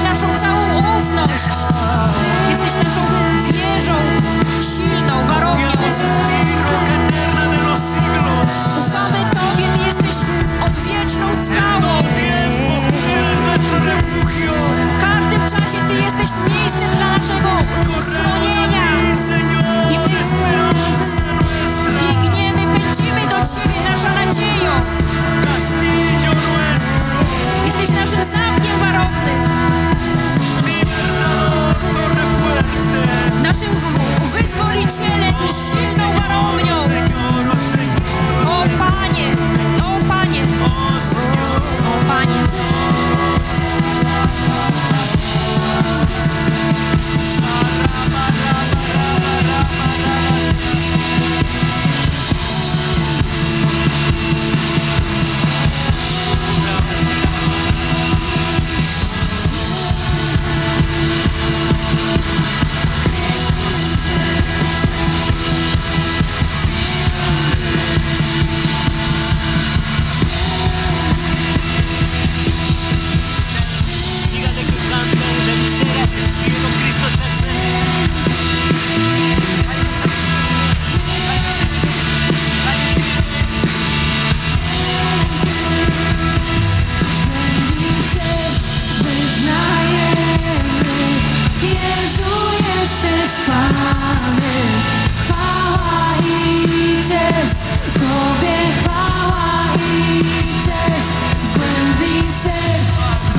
naszą całą ufność. Jesteś naszą wieżą silną, warownią. Roca eterna de los siglos. Ufamy Tobie, Ty jesteś odwieczną skałą. Eres nuestro refugio. W każdym czasie Ty jesteś miejscem dla naszego schronienia. I my Esperanza nuestra. biegniemy, pędzimy do Ciebie, nasza nadzieją. Castillo nuestro. Jesteś naszym zamkiem warownym, Libertador, torre fuerte. naszym w- wyzwolicielem i silną warownią. Señor, oh Señor. O Panie, o Panie, Oh Señor. o Panie. Dígale que cante de visera, que el cielo Cristo es el Señor. Jezu, jesteś Panem. Chwała i cześć Tobie, chwała i cześć. Z głębi serc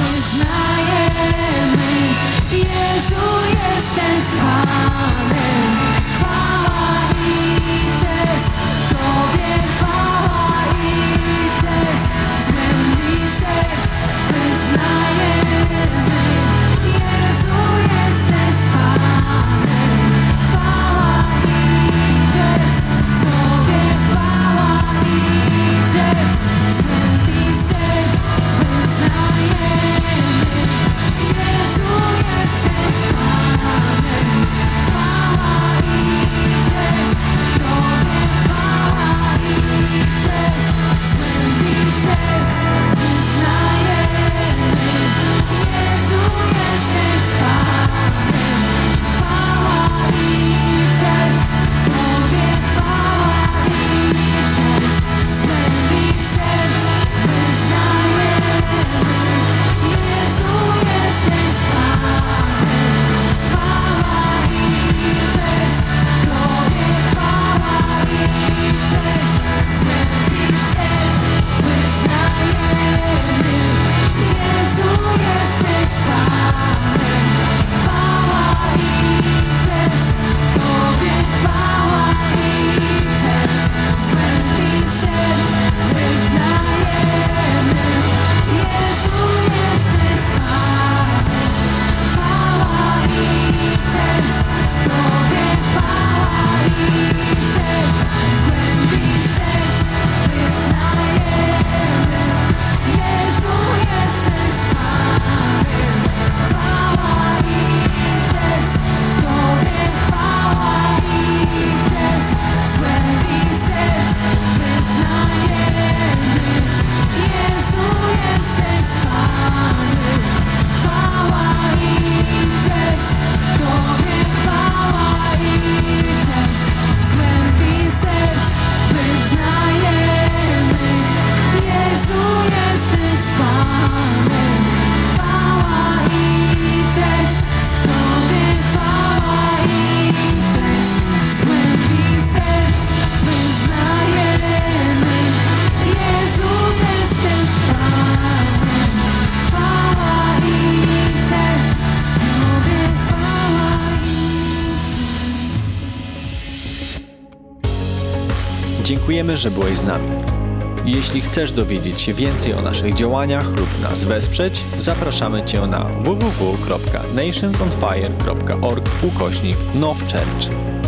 wyznajemy. Jezu, jesteś Panem. Chwała i cześć Tobie, chwała i cześć. Z głębi serc wyznajemy. Jezu, jesteś Panem. Chwała i cześć Tobie, chwała i cześć. Z głębi serc wyznajemy. Jezu, jesteś Panem. Chwała i cześć Tobie, chwała i cześć. Z głębi serc wyznajemy. Jezu, jesteś Panem. Chwała i cześć Tobie, chwała i cześć. Z głębi serc wyznajemy. Jezu, jesteś Panem. Chwała i cześć Tobie, chwała i cześć. Z głębi serc wyznajemy. Jezu, jesteś Panem. Chwała i cześć Tobie, chwała i cześć. Z głębi serc wyznajemy. Jezu, jesteś Panem. Chwała i cześć Tobie, chwała i cześć. Z głębi serc wyznajemy. Jezu, jesteś Panem. Chwała i cześć Tobie, chwała i cześć. Z głębi serc wyznajemy. Jezu, jesteś Panem. Chwała i cześć Tobie, chwała i cześć. Z głębi serc wyznajemy. Jezu, jesteś Panem. Chwała i cześć Tobie, chwała i cześć. Z głębi serc wyznajemy. Jezu, jesteś Panem. Chwała i cześć Tobie, chwała i Dziękujemy, że byłeś z nami. Jeśli chcesz dowiedzieć się więcej o naszych działaniach lub nas wesprzeć, zapraszamy Cię na w w w kropka nationsonfire kropka org ukośnik nowchurch.